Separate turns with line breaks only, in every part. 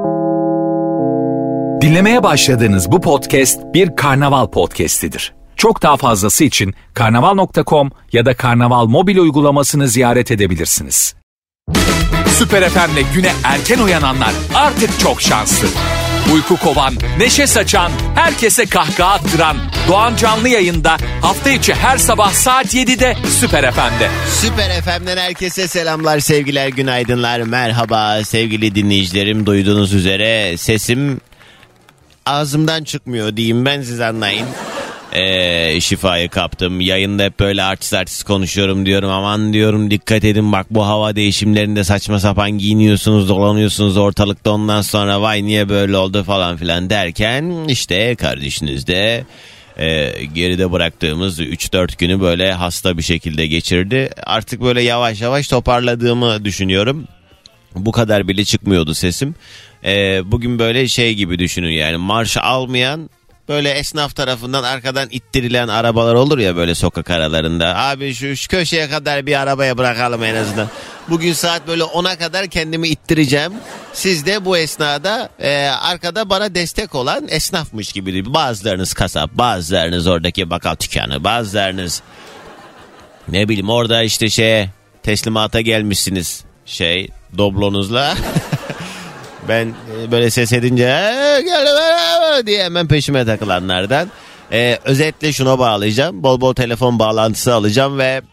Dinlemeye başladığınız bu podcast bir karnaval podcastidir. Çok daha fazlası için karnaval.com ya da karnaval mobil uygulamasını ziyaret edebilirsiniz. Süper FM'le güne erken uyananlar artık çok şanslı. Uyku kovan, neşe saçan, herkese kahkaha attıran Doğan Canlı yayında hafta içi her sabah saat 7'de Süper FM'de.
Süper FM'den herkese selamlar, sevgiler, günaydınlar, merhaba sevgili dinleyicilerim. Duyduğunuz üzere sesim ağzımdan çıkmıyor diyeyim, ben siz anlayın. Şifayı kaptım. Yayında hep böyle artist konuşuyorum, diyorum aman diyorum dikkat edin, bak bu hava değişimlerinde saçma sapan giyiniyorsunuz, dolanıyorsunuz ortalıkta, ondan sonra vay niye böyle oldu falan filan derken işte kardeşiniz de geride bıraktığımız 3-4 günü böyle hasta bir şekilde geçirdi. Artık böyle yavaş yavaş toparladığımı düşünüyorum. Bu kadar bile çıkmıyordu sesim. Bugün böyle şey gibi düşünün, yani marş almayan, böyle esnaf tarafından arkadan ittirilen arabalar olur ya böyle sokak aralarında. Abi şu köşeye kadar bir arabaya bırakalım en azından. Bugün saat böyle 10'a kadar kendimi ittireceğim. Siz de bu esnada arkada bana destek olan esnafmış gibi. Bazılarınız kasap, bazılarınız oradaki bakkal dükkanı, bazılarınız ne bileyim orada işte teslimata gelmişsiniz doblonuzla. Ben böyle ses edince gel diye hemen peşime takılanlardan. Özetle şuna bağlayacağım. Bol bol telefon bağlantısı alacağım ve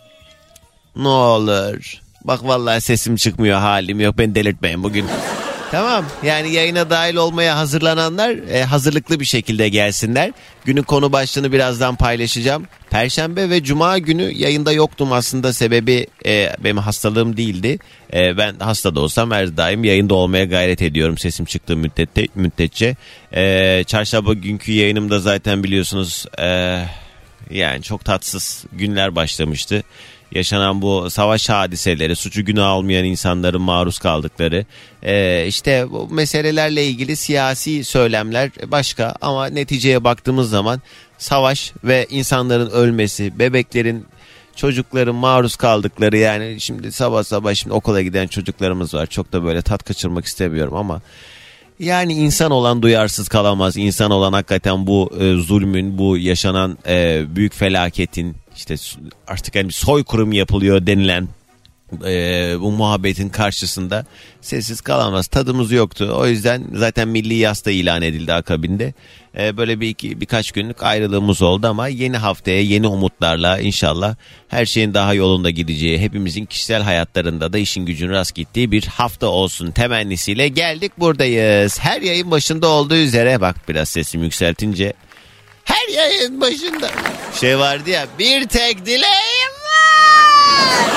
ne olur bak vallahi sesim çıkmıyor, halim yok, beni delirtmeyin bugün. Tamam, yani yayına dahil olmaya hazırlananlar hazırlıklı bir şekilde gelsinler. Günün konu başlığını birazdan paylaşacağım. Perşembe ve Cuma günü yayında yoktum aslında, sebebi benim hastalığım değildi. Ben hasta da olsam her daim yayında olmaya gayret ediyorum sesim çıktığı müddetçe. Çarşamba günkü yayınımda zaten biliyorsunuz yani çok tatsız günler başlamıştı. Yaşanan bu savaş hadiseleri, suçu günah almayan insanların maruz kaldıkları işte bu meselelerle ilgili siyasi söylemler başka, ama neticeye baktığımız zaman savaş ve insanların ölmesi, bebeklerin, çocukların maruz kaldıkları, yani şimdi sabah şimdi okula giden çocuklarımız var, çok da böyle tat kaçırmak istemiyorum ama yani insan olan duyarsız kalamaz. İnsan olan hakikaten bu zulmün, bu yaşanan büyük felaketin, işte artık hani soykırım yapılıyor denilen bu muhabbetin karşısında sessiz kalamaz. Tadımız yoktu. O yüzden zaten milli yas da ilan edildi akabinde. Böyle birkaç günlük ayrılığımız oldu ama yeni haftaya yeni umutlarla inşallah her şeyin daha yolunda gideceği, hepimizin kişisel hayatlarında da işin gücün rast gittiği bir hafta olsun temennisiyle geldik buradayız. Her yayın başında olduğu üzere, bak biraz sesimi yükseltince, her yayın başında vardı ya, bir tek dileğim var.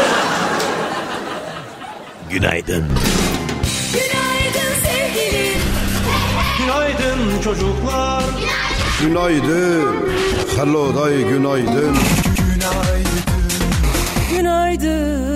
Günaydın.
Günaydın sevgilim.
Günaydın çocuklar.
Günaydın. Hello day, günaydın.
Günaydın.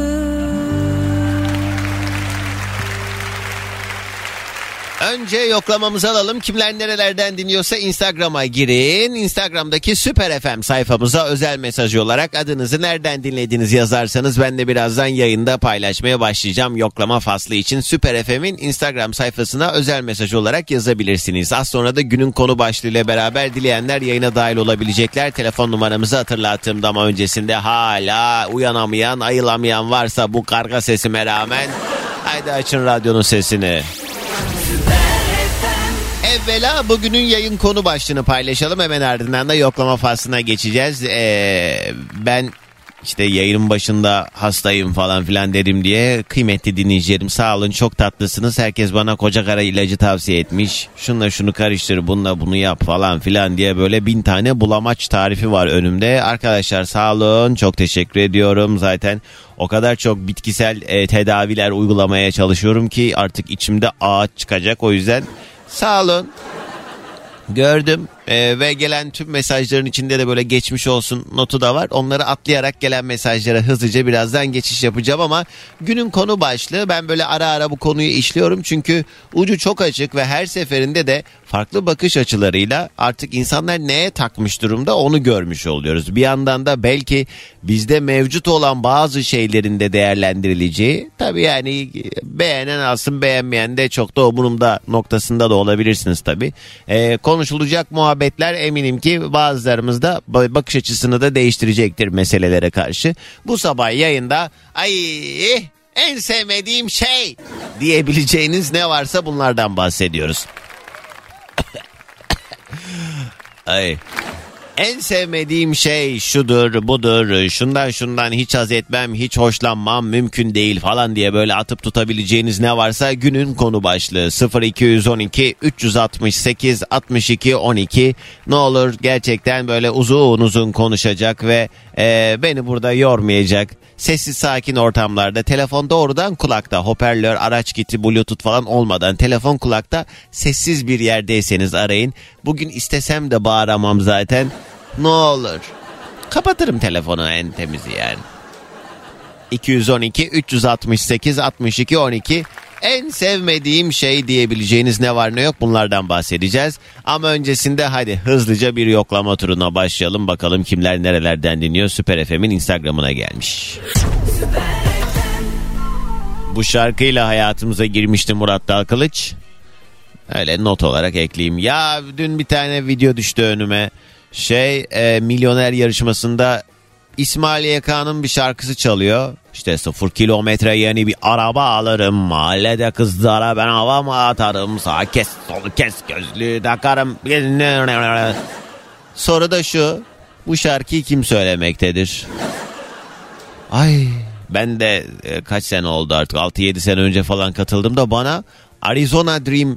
Önce yoklamamızı alalım. Kimler nerelerden dinliyorsa Instagram'a girin. Instagram'daki Süper FM sayfamıza özel mesaj olarak adınızı, nereden dinlediğinizi yazarsanız ben de birazdan yayında paylaşmaya başlayacağım. Yoklama faslı için Süper FM'in Instagram sayfasına özel mesaj olarak yazabilirsiniz. Az sonra da günün konu başlığıyla beraber dileyenler yayına dahil olabilecekler. Telefon numaramızı hatırlattığımda ama öncesinde hala uyanamayan, ayılamayan varsa bu karga sesime rağmen haydi açın radyonun sesini. Evvela bugünün yayın konu başlığını paylaşalım. Hemen ardından da yoklama faslına geçeceğiz. Ben işte yayının başında hastayım falan filan dedim diye kıymetli dinleyicilerim sağ olun, çok tatlısınız. Herkes bana koca kara ilacı tavsiye etmiş. Şunla şunu karıştır, bununla bunu yap falan filan diye böyle 1000 tane bulamaç tarifi var önümde. Arkadaşlar sağ olun, çok teşekkür ediyorum. Zaten o kadar çok bitkisel tedaviler uygulamaya çalışıyorum ki artık içimde ağaç çıkacak, o yüzden sağ olun. Gördüm. Ve gelen tüm mesajların içinde de böyle geçmiş olsun notu da var. Onları atlayarak gelen mesajlara hızlıca birazdan geçiş yapacağım ama günün konu başlığı, ben böyle ara ara bu konuyu işliyorum. Çünkü ucu çok açık ve her seferinde de farklı bakış açılarıyla artık insanlar neye takmış durumda onu görmüş oluyoruz. Bir yandan da belki bizde mevcut olan bazı şeylerin de değerlendirileceği, tabii yani beğenen alsın, beğenmeyen de çok da umurumda noktasında da olabilirsiniz tabii. Konuşulacak muhabbetler eminim ki bazılarımız da bakış açısını da değiştirecektir meselelere karşı. Bu sabah yayında en sevmediğim şey diyebileceğiniz ne varsa bunlardan bahsediyoruz. En sevmediğim şey şudur budur, şundan hiç haz etmem, hiç hoşlanmam, mümkün değil falan diye böyle atıp tutabileceğiniz ne varsa günün konu başlığı. 0212 368 62 12. Ne olur gerçekten böyle uzun konuşacak ve beni burada yormayacak, sessiz sakin ortamlarda, telefon doğrudan kulakta, hoparlör, araç kiti, bluetooth falan olmadan telefon kulakta, sessiz bir yerdeyseniz arayın. Bugün istesem de bağıramam zaten. Ne olur. Kapatırım telefonu, en temizi yani. 212 368 62 12. En sevmediğim şey diyebileceğiniz ne var ne yok, bunlardan bahsedeceğiz. Ama öncesinde hadi hızlıca bir yoklama turuna başlayalım. Bakalım kimler nerelerden dinliyor. Süper FM'in Instagram'ına gelmiş. Bu şarkıyla hayatımıza girmişti Murat Dalkılıç. Öyle not olarak ekleyeyim. Ya dün bir tane video düştü önüme. Milyoner yarışmasında İsmail YK'nın bir şarkısı çalıyor. İşte 0 kilometre yeni bir araba alırım. Mahallede kızlara ben hava mı atarım? Sağ kes, sol kes, gözlüğü takarım. Soru da şu: bu şarkıyı kim söylemektedir? Ben de kaç sene oldu artık, 6-7 sene önce falan katıldım da bana Arizona Dream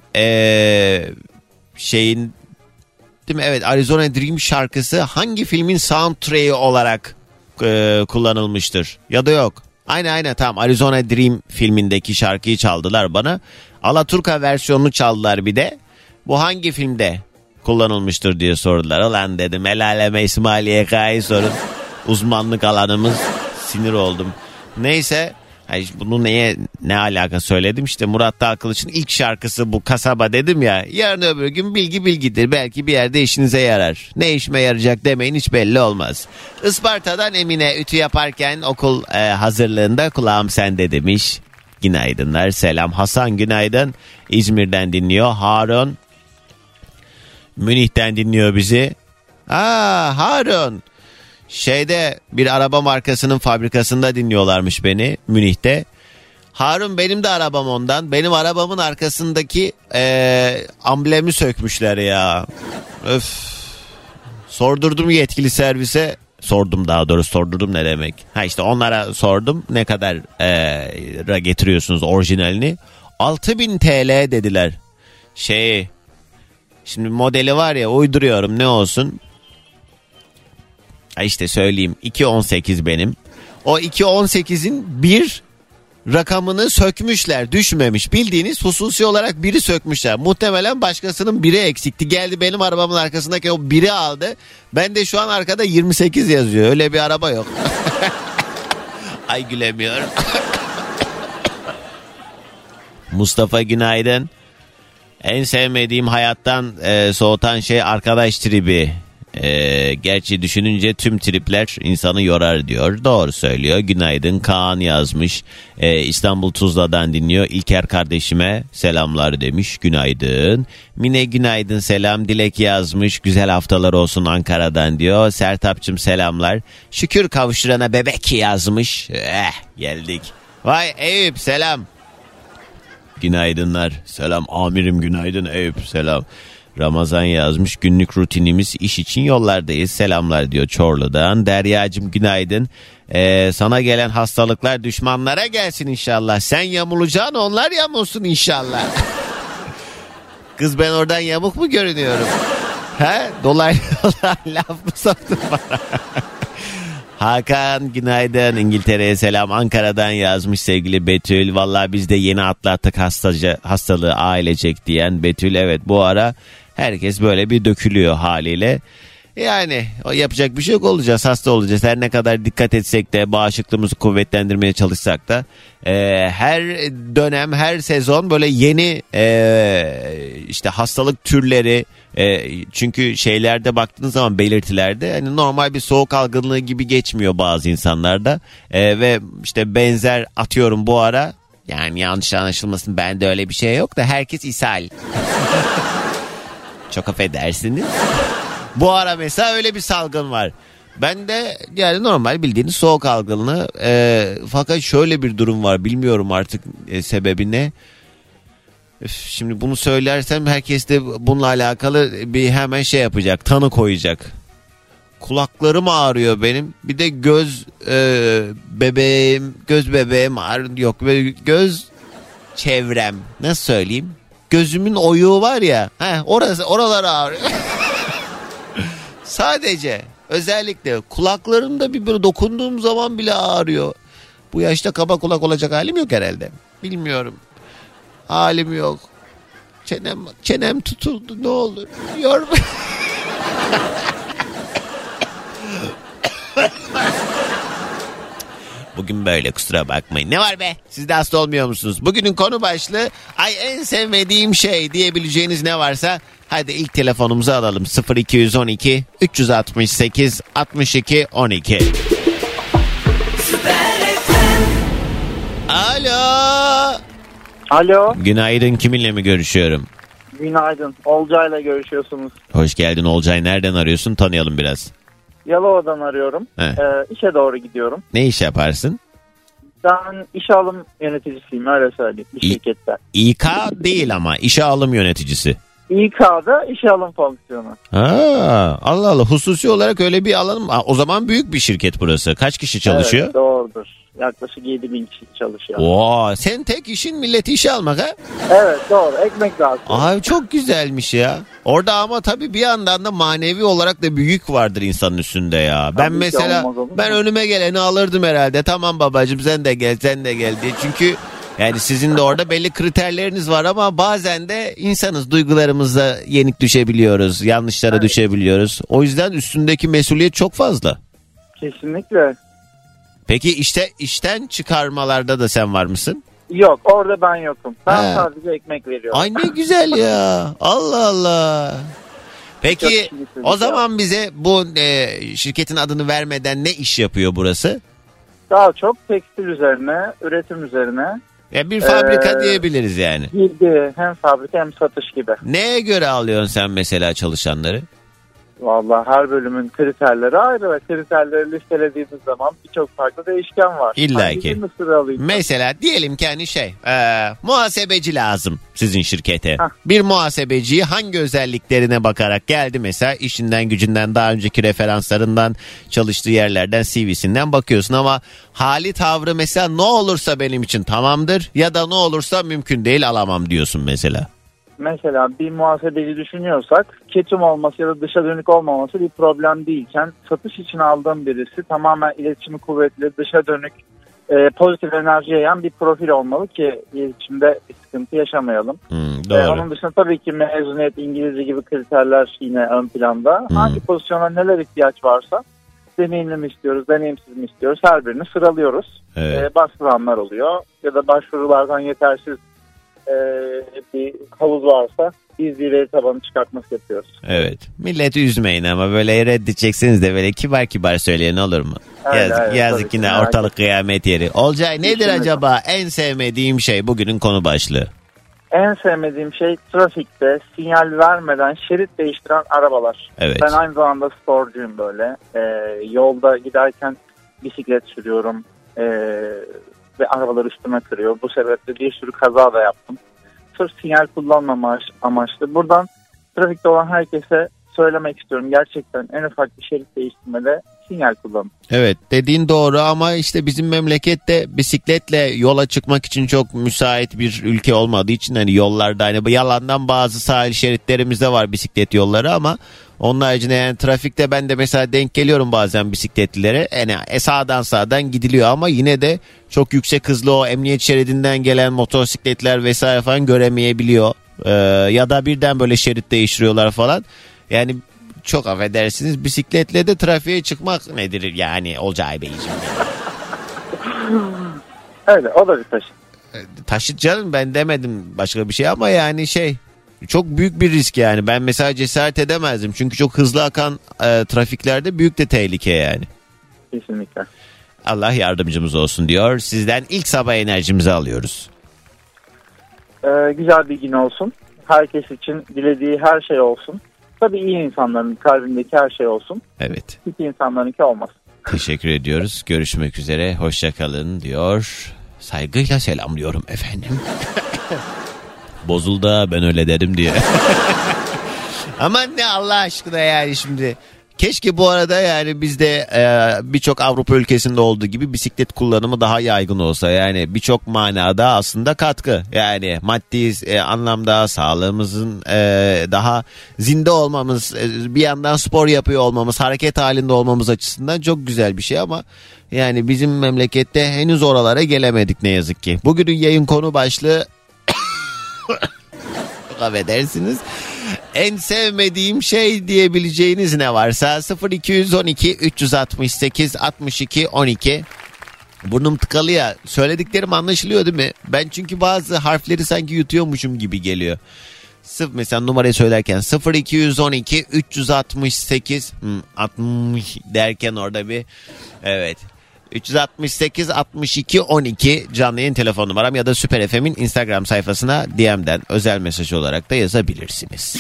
değil mi? Evet, Arizona Dream şarkısı hangi filmin soundtrack'i olarak kullanılmıştır? Ya da yok. Aynen tamam, Arizona Dream filmindeki şarkıyı çaldılar bana. Alaturka versiyonunu çaldılar bir de. Bu hangi filmde kullanılmıştır diye sordular. Ulan dedim, el aleme İsmail YK'yı sorun. Uzmanlık alanımız. Sinir oldum. Neyse. Bunu ne alaka söyledim? İşte Murat Dalkılıç'ın ilk şarkısı bu, Kasaba dedim ya. Yarın öbür gün bilgi bilgidir. Belki bir yerde işinize yarar. Ne işime yarayacak demeyin, hiç belli olmaz. Isparta'dan Emine, ütü yaparken okul hazırlığında kulağım sende demiş. Günaydınlar, selam. Hasan günaydın. İzmir'den dinliyor. Harun Münih'ten dinliyor bizi. Harun. Bir araba markasının fabrikasında dinliyorlarmış beni, Münih'te. Harun, benim de arabam ondan. Benim arabamın arkasındaki amblemi sökmüşler ya. Sordurdum yetkili servise. Sordurdum ne demek? Onlara sordum, ne kadar getiriyorsunuz orijinalini? 6.000 TL dediler. Şimdi modeli var ya, uyduruyorum, ne olsun? Söyleyeyim, 2.18 benim. O 2.18'in bir rakamını sökmüşler, düşmemiş. Bildiğiniz hususi olarak biri sökmüşler. Muhtemelen başkasının biri eksikti. Geldi benim arabamın arkasındaki o biri aldı. Ben de şu an arkada 28 yazıyor. Öyle bir araba yok. Gülemiyorum. Mustafa günaydın. En sevmediğim hayattan soğutan şey arkadaş tribi. Gerçi düşününce tüm tripler insanı yorar diyor. Doğru söylüyor. Günaydın. Kaan yazmış. İstanbul Tuzla'dan dinliyor. İlker kardeşime selamlar demiş. Günaydın. Mine günaydın, selam. Dilek yazmış. Güzel haftalar olsun Ankara'dan diyor. Sertapçım selamlar. Şükür kavuşturana bebek yazmış. Geldik. Vay Eyüp selam. Günaydınlar. Selam amirim, günaydın Eyüp, selam. Ramazan yazmış. Günlük rutinimiz, iş için yollardayız. Selamlar diyor Çorlu'dan. Deryacığım günaydın. Sana gelen hastalıklar düşmanlara gelsin inşallah. Sen yamulacaksın, onlar yamulsun inşallah. Kız, ben oradan yamuk mu görünüyorum? Dolaylı laf mı soktun bana? Hakan günaydın, İngiltere'ye selam. Ankara'dan yazmış sevgili Betül. Vallahi biz de yeni atlattık hastalığı ailecek diyen Betül. Evet, bu ara Herkes böyle bir dökülüyor haliyle. Yani yapacak bir şey yok, olacağız, hasta olacağız. Her ne kadar dikkat etsek de, bağışıklığımızı kuvvetlendirmeye çalışsak da her dönem, her sezon böyle yeni işte hastalık türleri, çünkü şeylerde baktığınız zaman belirtilerde hani normal bir soğuk algınlığı gibi geçmiyor bazı insanlarda. Ve işte benzer, atıyorum bu ara, yani yanlış anlaşılmasın, bende öyle bir şey yok da herkes ishal. Çok affedersiniz. Bu ara mesela öyle bir salgın var. Ben de yani normal bildiğiniz soğuk algınlığı, fakat şöyle bir durum var, bilmiyorum artık sebebi ne. Şimdi bunu söylersem herkes de bununla alakalı bir hemen şey yapacak, tanı koyacak. Kulaklarım ağrıyor benim. Bir de göz bebeğim ağrıyor. Yok, böyle göz çevrem, nasıl söyleyeyim? Gözümün oyuğu var ya. Oralar ağrıyor. Sadece, özellikle kulaklarımda bir böyle dokunduğum zaman bile ağrıyor. Bu yaşta kaba kulak olacak halim yok herhalde. Bilmiyorum. Halim yok. Çenem tutuldu, ne olur. Yorma. Bugün böyle, kusura bakmayın. Ne var be? Siz de hasta olmuyor musunuz? Bugünün konu başlığı, ay en sevmediğim şey diyebileceğiniz ne varsa. Hadi ilk telefonumuzu alalım. 0212 368 62 12. Alo.
Alo.
Günaydın, kiminle mi görüşüyorum?
Günaydın. Olcay'la görüşüyorsunuz.
Hoş geldin Olcay. Nereden arıyorsun? Tanıyalım biraz.
Yalova'dan arıyorum. İşe doğru gidiyorum.
Ne iş yaparsın?
Ben işe alım yöneticisiyim, öyle söyleyeyim, bir şirkette.
İK değil ama işe alım yöneticisi.
İK'da işe alım fonksiyonu.
Ha, Allah Allah, hususi olarak öyle bir alan. O zaman büyük bir şirket burası. Kaç kişi çalışıyor?
Evet, doğrudur. Yaklaşık 7.000 kişi çalışıyor.
Oo, sen tek işin milleti işe almak ha?
Evet, doğru. Ekmek dağıtıyor.
Ay çok güzelmiş ya. Orada ama tabii bir yandan da manevi olarak da bir yük vardır insanın üstünde ya. Ben
Tabii
mesela önüme geleni alırdım herhalde. Tamam babacığım, sen de gel diye. Çünkü yani sizin de orada belli kriterleriniz var ama bazen de insanız, duygularımızda yenik düşebiliyoruz, yanlışlara düşebiliyoruz. O yüzden üstündeki mesuliyet çok fazla.
Kesinlikle.
Peki işten çıkarmalarda da sen var mısın?
Yok, orada ben yokum. Ben sadece ekmek veriyorum.
Ay ne güzel ya. Allah Allah. Peki o zaman bize bu şirketin adını vermeden ne iş yapıyor burası?
Daha çok tekstil üzerine, üretim üzerine.
Ya bir fabrika diyebiliriz yani.
Girdi, hem fabrika hem satış gibi.
Neye göre alıyorsun sen mesela çalışanları?
Vallahi her bölümün kriterleri ayrı ve kriterleri listelediğimiz zaman birçok farklı değişken var.
İlla ki. Mesela diyelim ki hani muhasebeci lazım sizin şirkete. Bir muhasebeciyi hangi özelliklerine bakarak geldi mesela, işinden gücünden, daha önceki referanslarından, çalıştığı yerlerden, CV'sinden bakıyorsun ama hali tavrı mesela ne olursa benim için tamamdır ya da ne olursa mümkün değil, alamam diyorsun mesela.
Mesela bir muhasebeci düşünüyorsak ketum olması ya da dışa dönük olmaması bir problem değilken, satış için aldığım birisi tamamen iletişimi kuvvetli, dışa dönük, pozitif enerji yayan bir profil olmalı ki iletişimde bir sıkıntı yaşamayalım.
Doğru.
Onun dışında tabii ki mezuniyet, İngilizce gibi kriterler yine ön planda. Hangi pozisyona neler ihtiyaç varsa, deneyimli mi istiyoruz, deneyimsiz mi istiyoruz, her birini sıralıyoruz.
Evet.
Başvuranlar oluyor ya da başvurulardan yetersiz bir havuz varsa biz bir veri tabanı çıkartması yapıyoruz.
Evet. Milleti üzmeyin ama böyle reddedeceksiniz de böyle kibar kibar söyleyen olur mu? Yazık yine ortalık kıyamet yeri. Olcay, nedir acaba en sevmediğim şey, bugünün konu başlığı?
En sevmediğim şey trafikte sinyal vermeden şerit değiştiren arabalar.
Evet.
Ben aynı zamanda sporcuyum böyle. Yolda giderken bisiklet sürüyorum. Ve arabalar üstüme kırıyor. Bu sebeple bir sürü kaza da yaptım. Sırf sinyal kullanmama amaçlı. Buradan trafikte olan herkese söylemek istiyorum. Gerçekten en ufak bir şerit değiştirmede sinyal kullanın. Evet,
dediğin doğru ama işte bizim memlekette bisikletle yola çıkmak için çok müsait bir ülke olmadığı için hani yollarda hani yalandan bazı sahil şeritlerimizde var bisiklet yolları ama onun haricinde yani trafikte ben de mesela denk geliyorum bazen bisikletlilere. Yani sağdan gidiliyor ama yine de çok yüksek hızlı o emniyet şeridinden gelen motosikletler vesaire falan göremeyebiliyor. Ya da birden böyle şerit değiştiriyorlar falan. Yani çok affedersiniz, bisikletle de trafiğe çıkmak nedir yani Olcay Beyciğim?
Öyle, o da bir taşıt.
Taşıt canım, ben demedim başka bir şey ama yani çok büyük bir risk yani. Ben mesela cesaret edemezdim çünkü çok hızlı akan trafiklerde büyük de tehlike yani.
Kesinlikle.
Allah yardımcımız olsun diyor. Sizden ilk sabah enerjimizi alıyoruz.
Güzel bir gün olsun. Herkes için dilediği her şey olsun. Tabii iyi insanların kalbindeki her şey olsun.
Evet.
Kötü insanlarınki olmasın.
Teşekkür ediyoruz. Görüşmek üzere. Hoşça kalın diyor. Saygıyla selamlıyorum efendim. Bozuldu ben öyle dedim diye. Aman ne Allah aşkına yani şimdi. Keşke bu arada yani bizde birçok Avrupa ülkesinde olduğu gibi bisiklet kullanımı daha yaygın olsa. Yani birçok manada aslında katkı. Yani maddi anlamda sağlığımızın daha zinde olmamız, bir yandan spor yapıyor olmamız, hareket halinde olmamız açısından çok güzel bir şey ama yani bizim memlekette henüz oralara gelemedik ne yazık ki. Bugünün yayın konu başlığı affedersiniz. En sevmediğim şey diyebileceğiniz ne varsa 0212 368 62 12. Burnum tıkalı ya, söylediklerim anlaşılıyor değil mi? Ben çünkü bazı harfleri sanki yutuyormuşum gibi geliyor. Mesela numarayı söylerken 0212 368 60 derken orada bir evet 368 62 12 canlı yayın telefon numaram ya da Süper FM'in Instagram sayfasına DM'den özel mesaj olarak da yazabilirsiniz.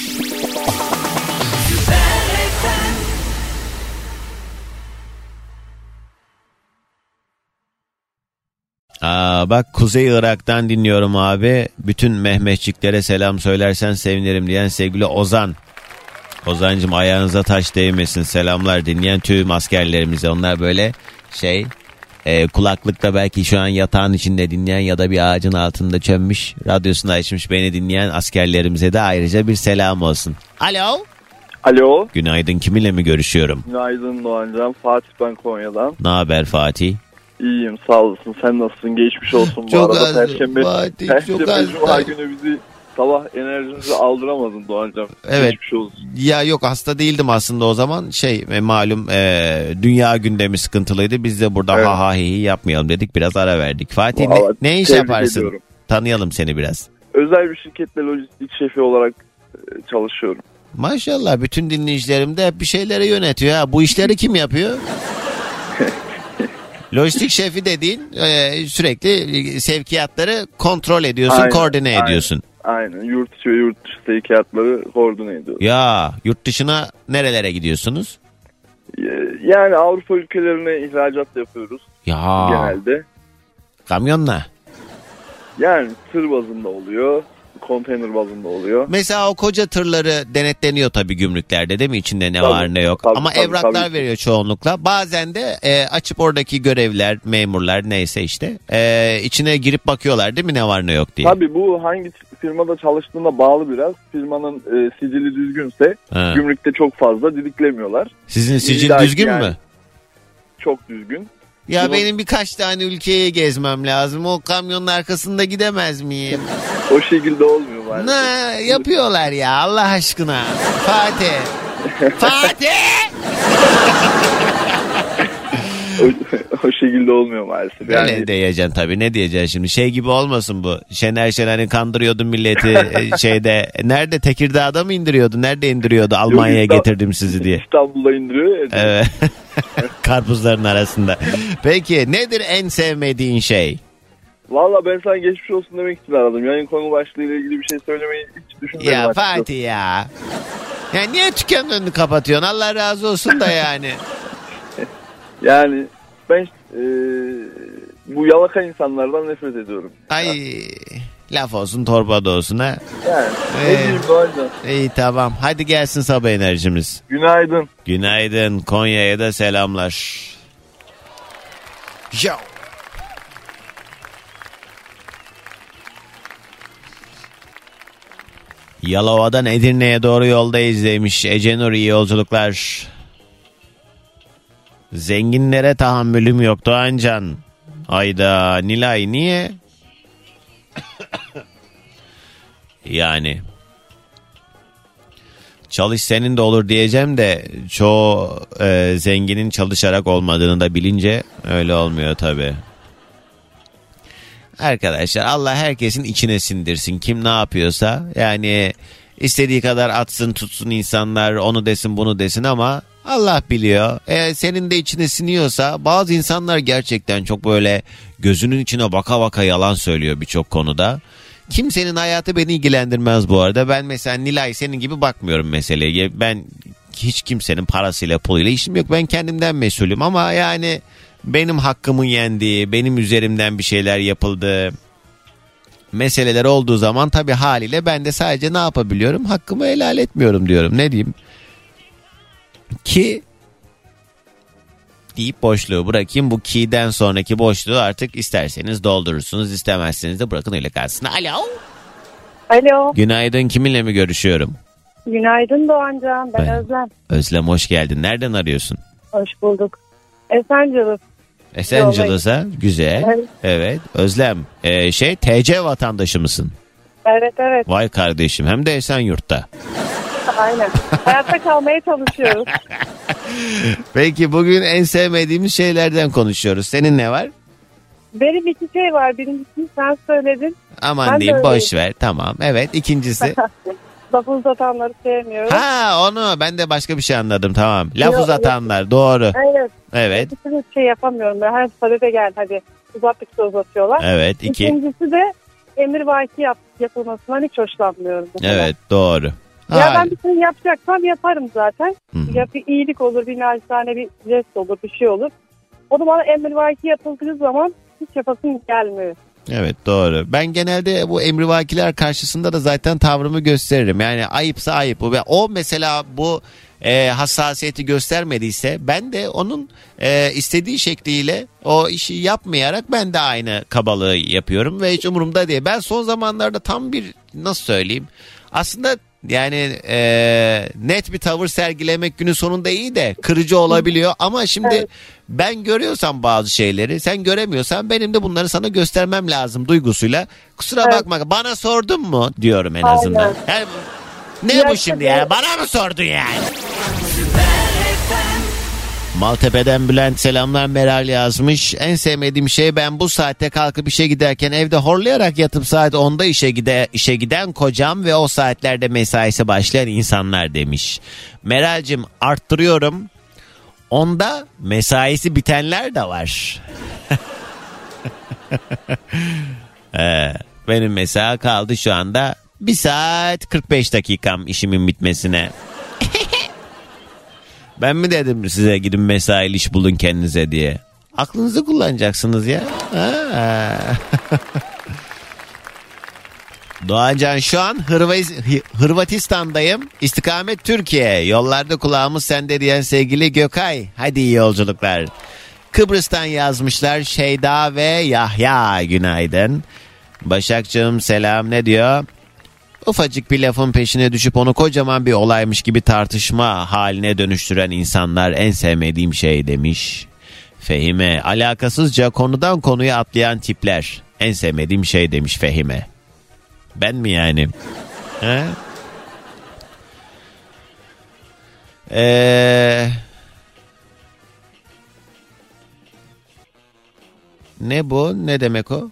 Bak Kuzey Irak'tan dinliyorum abi. Bütün Mehmetçiklere selam söylersen sevinirim diyen sevgili Ozan. Ozancığım ayağınıza taş değmesin, selamlar dinleyen tüm askerlerimize. Onlar böyle kulaklıkta belki şu an yatağın içinde dinleyen ya da bir ağacın altında çömmüş radyosunu açmış beni dinleyen askerlerimize de ayrıca bir selam olsun. Alo.
Alo.
Günaydın, kiminle mi görüşüyorum?
Günaydın Doğancan. Fatih ben Konya'dan.
Ne haber Fatih?
İyiyim sağ olasın. Sen nasılsın? Geçmiş olsun bu
çok
arada.
Az,
Perşembe
çok az.
Cuma günü bizi sabah enerjimizi aldıramadın Doğancan.
Evet.
Geçmiş olsun.
Ya yok, hasta değildim aslında o zaman. Malum dünya gündemi sıkıntılıydı. Biz de burada
evet.
ha hi yapmayalım dedik. Biraz ara verdik. Fatih ne iş yaparsın? Ediyorum. Tanıyalım seni biraz.
Özel bir şirkette lojistik şefi olarak çalışıyorum.
Maşallah, bütün dinleyicilerim de hep bir şeyleri yönetiyor. Ha. Bu işleri kim yapıyor? Lojistik şefi dediğin sürekli sevkiyatları kontrol ediyorsun, koordine ediyorsun.
Aynen. Yurt içi ve yurt dışı sevkiyatları koordine ediyoruz.
Ya yurt dışına nerelere gidiyorsunuz?
Yani Avrupa ülkelerine ihracat yapıyoruz.
Ya.
Genelde.
Kamyonla.
Yani tır bazında oluyor. Konteyner bazında oluyor.
Mesela o koca tırları denetleniyor tabii gümrüklerde değil mi? İçinde ne var ne yok. Ama evraklar veriyor çoğunlukla. Bazen de açıp oradaki görevliler, memurlar neyse işte içine girip bakıyorlar değil mi, ne var ne yok diye.
Tabii bu hangi firmada çalıştığına bağlı biraz. Firmanın sicili düzgünse gümrükte çok fazla didiklemiyorlar.
Sizin sicil düzgün mü?
Çok düzgün.
Ya benim birkaç tane ülkeye gezmem lazım. O kamyonun arkasında gidemez miyim?
O şekilde olmuyor maalesef.
Ne yapıyorlar ya Allah aşkına? Fatih! Fatih!
O şekilde olmuyor maalesef.
Yani... Öyle diyeceksin tabii, ne diyeceksin şimdi? Gibi olmasın bu. Şener Şener'in kandırıyordun milleti nerede, Tekirdağ'da mı indiriyordu? Nerede indiriyordu? Almanya'ya getirdim sizi diye.
İstanbul'da indiriyor ya.
Evet. Karpuzların arasında. Peki nedir en sevmediğin şey?
Valla ben sana geçmiş olsun demek için aradım. Yayın konu başlığıyla ilgili bir şey söylemeyi hiç düşünmedim.
Ya Fatih ya. Ya niye dükkanın önünü kapatıyorsun? Allah razı olsun da yani.
Yani ben bu yalaka insanlardan nefret ediyorum.
Ay laf olsun torba da olsun ha.
Yani ne diyeyim Doğancan.
İyi tamam, hadi gelsin sabah enerjimiz.
Günaydın.
Günaydın, Konya'ya da selamlar. Yo. Yalova'dan Edirne'ye doğru yoldayız demiş Ecenur, iyi yolculuklar. Zenginlere tahammülüm yok Doğancan. Ayda Nilay niye? Yani çalış senin de olur diyeceğim de çoğu zenginin çalışarak olmadığını da bilince öyle olmuyor tabii. Arkadaşlar Allah herkesin içine sindirsin. Kim ne yapıyorsa yani istediği kadar atsın tutsun insanlar onu desin bunu desin ama Allah biliyor. Senin de içine siniyorsa bazı insanlar gerçekten çok böyle gözünün içine baka baka yalan söylüyor birçok konuda. Kimsenin hayatı beni ilgilendirmez bu arada. Ben mesela Nilay senin gibi bakmıyorum meseleye. Ben hiç kimsenin parasıyla puluyla işim yok. Ben kendimden mesulüm ama yani benim hakkımın yendiği, benim üzerimden bir şeyler yapıldığı meseleler olduğu zaman tabii haliyle ben de sadece ne yapabiliyorum? Hakkımı helal etmiyorum diyorum. Ne diyeyim? Ki deyip boşluğu bırakayım. Bu ki'den sonraki boşluğu artık isterseniz doldurursunuz, istemezseniz de bırakın öyle kalsın. Alo.
Alo.
Günaydın, kiminle mi görüşüyorum?
Günaydın Doğancan. Ben Özlem.
Özlem hoş geldin. Nereden arıyorsun?
Hoş bulduk. Esenciles.
Esenciles'a güzel. Evet. Özlem TC vatandaşı mısın?
Evet.
Vay kardeşim hem de Esenyurt'ta.
Aynen. Hayatta kalmaya çalışıyoruz.
Peki bugün en sevmediğimiz şeylerden konuşuyoruz. Senin ne var?
Benim iki şey var. Birincisini sen söyledin.
Aman
ben
diyeyim boş ver. Tamam. Evet. İkincisi.
Laf uzatanları sevmiyorum.
Ha onu ben de başka bir şey anladım. Tamam. Laf uzatanlar. Doğru. Evet.
İkisini şey yapamıyorum. Ben her sadede gel hadi. Uzattıkça uzatıyorlar.
Evet.
İkincisi de emrivaki yapılmasından hiç hoşlanmıyorum.
Evet. Doğru.
Ya ben bir şey yapacaksam yaparım zaten. Ya bir iyilik olur, bir naçizane bir jest olur, bir şey olur. O da bana emrivaki yapıldığı zaman hiç yapasım gelmiyor.
Evet doğru. Ben genelde bu emrivakiler karşısında da zaten tavrımı gösteririm. Yani ayıpsa ayıp. O mesela bu hassasiyeti göstermediyse ben de onun istediği şekliyle o işi yapmayarak ben de aynı kabalığı yapıyorum ve hiç umurumda değil. Ben son zamanlarda tam bir nasıl söyleyeyim aslında yani net bir tavır sergilemek günün sonunda iyi de kırıcı olabiliyor ama şimdi ben görüyorsam bazı şeyleri sen göremiyorsan benim de bunları sana göstermem lazım duygusuyla kusura bakma bana sordun mu diyorum en azından. Yani, ne bu şimdi ya bana mı sordun yani? Maltepe'den Bülent selamlar, Meral yazmış. En sevmediğim şey ben bu saatte kalkıp işe giderken evde horlayarak yatıp saat 10'da işe giden kocam ve o saatlerde mesaisi başlayan insanlar demiş. Meral'cim arttırıyorum. 10'da mesaisi bitenler de var. Benim mesela kaldı şu anda 1 saat 45 dakikam işimin bitmesine. Ben mi dedim size gidin mesaili iş bulun kendinize diye. Aklınızı kullanacaksınız ya. Doğancan şu an Hırvatistan'dayım. İstikamet Türkiye. Yollarda kulağımız sende diyen sevgili Gökay. Hadi iyi yolculuklar. Kıbrıs'tan yazmışlar Şeyda ve Yahya günaydın. Başakcığım selam ne diyor? Ufacık bir lafın peşine düşüp onu kocaman bir olaymış gibi tartışma haline dönüştüren insanlar en sevmediğim şey demiş. Fehime alakasızca konudan konuya atlayan tipler en sevmediğim şey demiş Fehime. Ben mi yani? Ne bu? Ne demek o?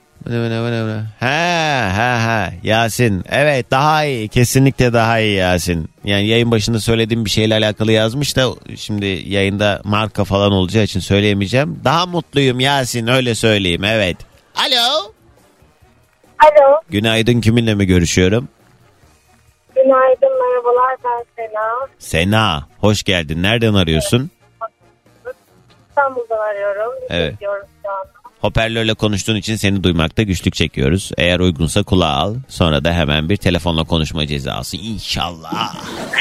Ha Yasin. Evet daha iyi. Kesinlikle daha iyi Yasin. Yani yayın başında söylediğim bir şeyle alakalı yazmış da şimdi yayında marka falan olacağı için söyleyemeyeceğim. Daha mutluyum Yasin öyle söyleyeyim evet. Alo.
Alo.
Günaydın kiminle mi görüşüyorum?
Günaydın merhabalar ben Sena.
Sena hoş geldin. Nereden arıyorsun?
İstanbul'dan arıyorum.
Evet. Hoparlörle konuştuğun için seni duymakta güçlük çekiyoruz. Eğer uygunsa kulağa al. Sonra da hemen bir telefonla konuşma cezası. İnşallah.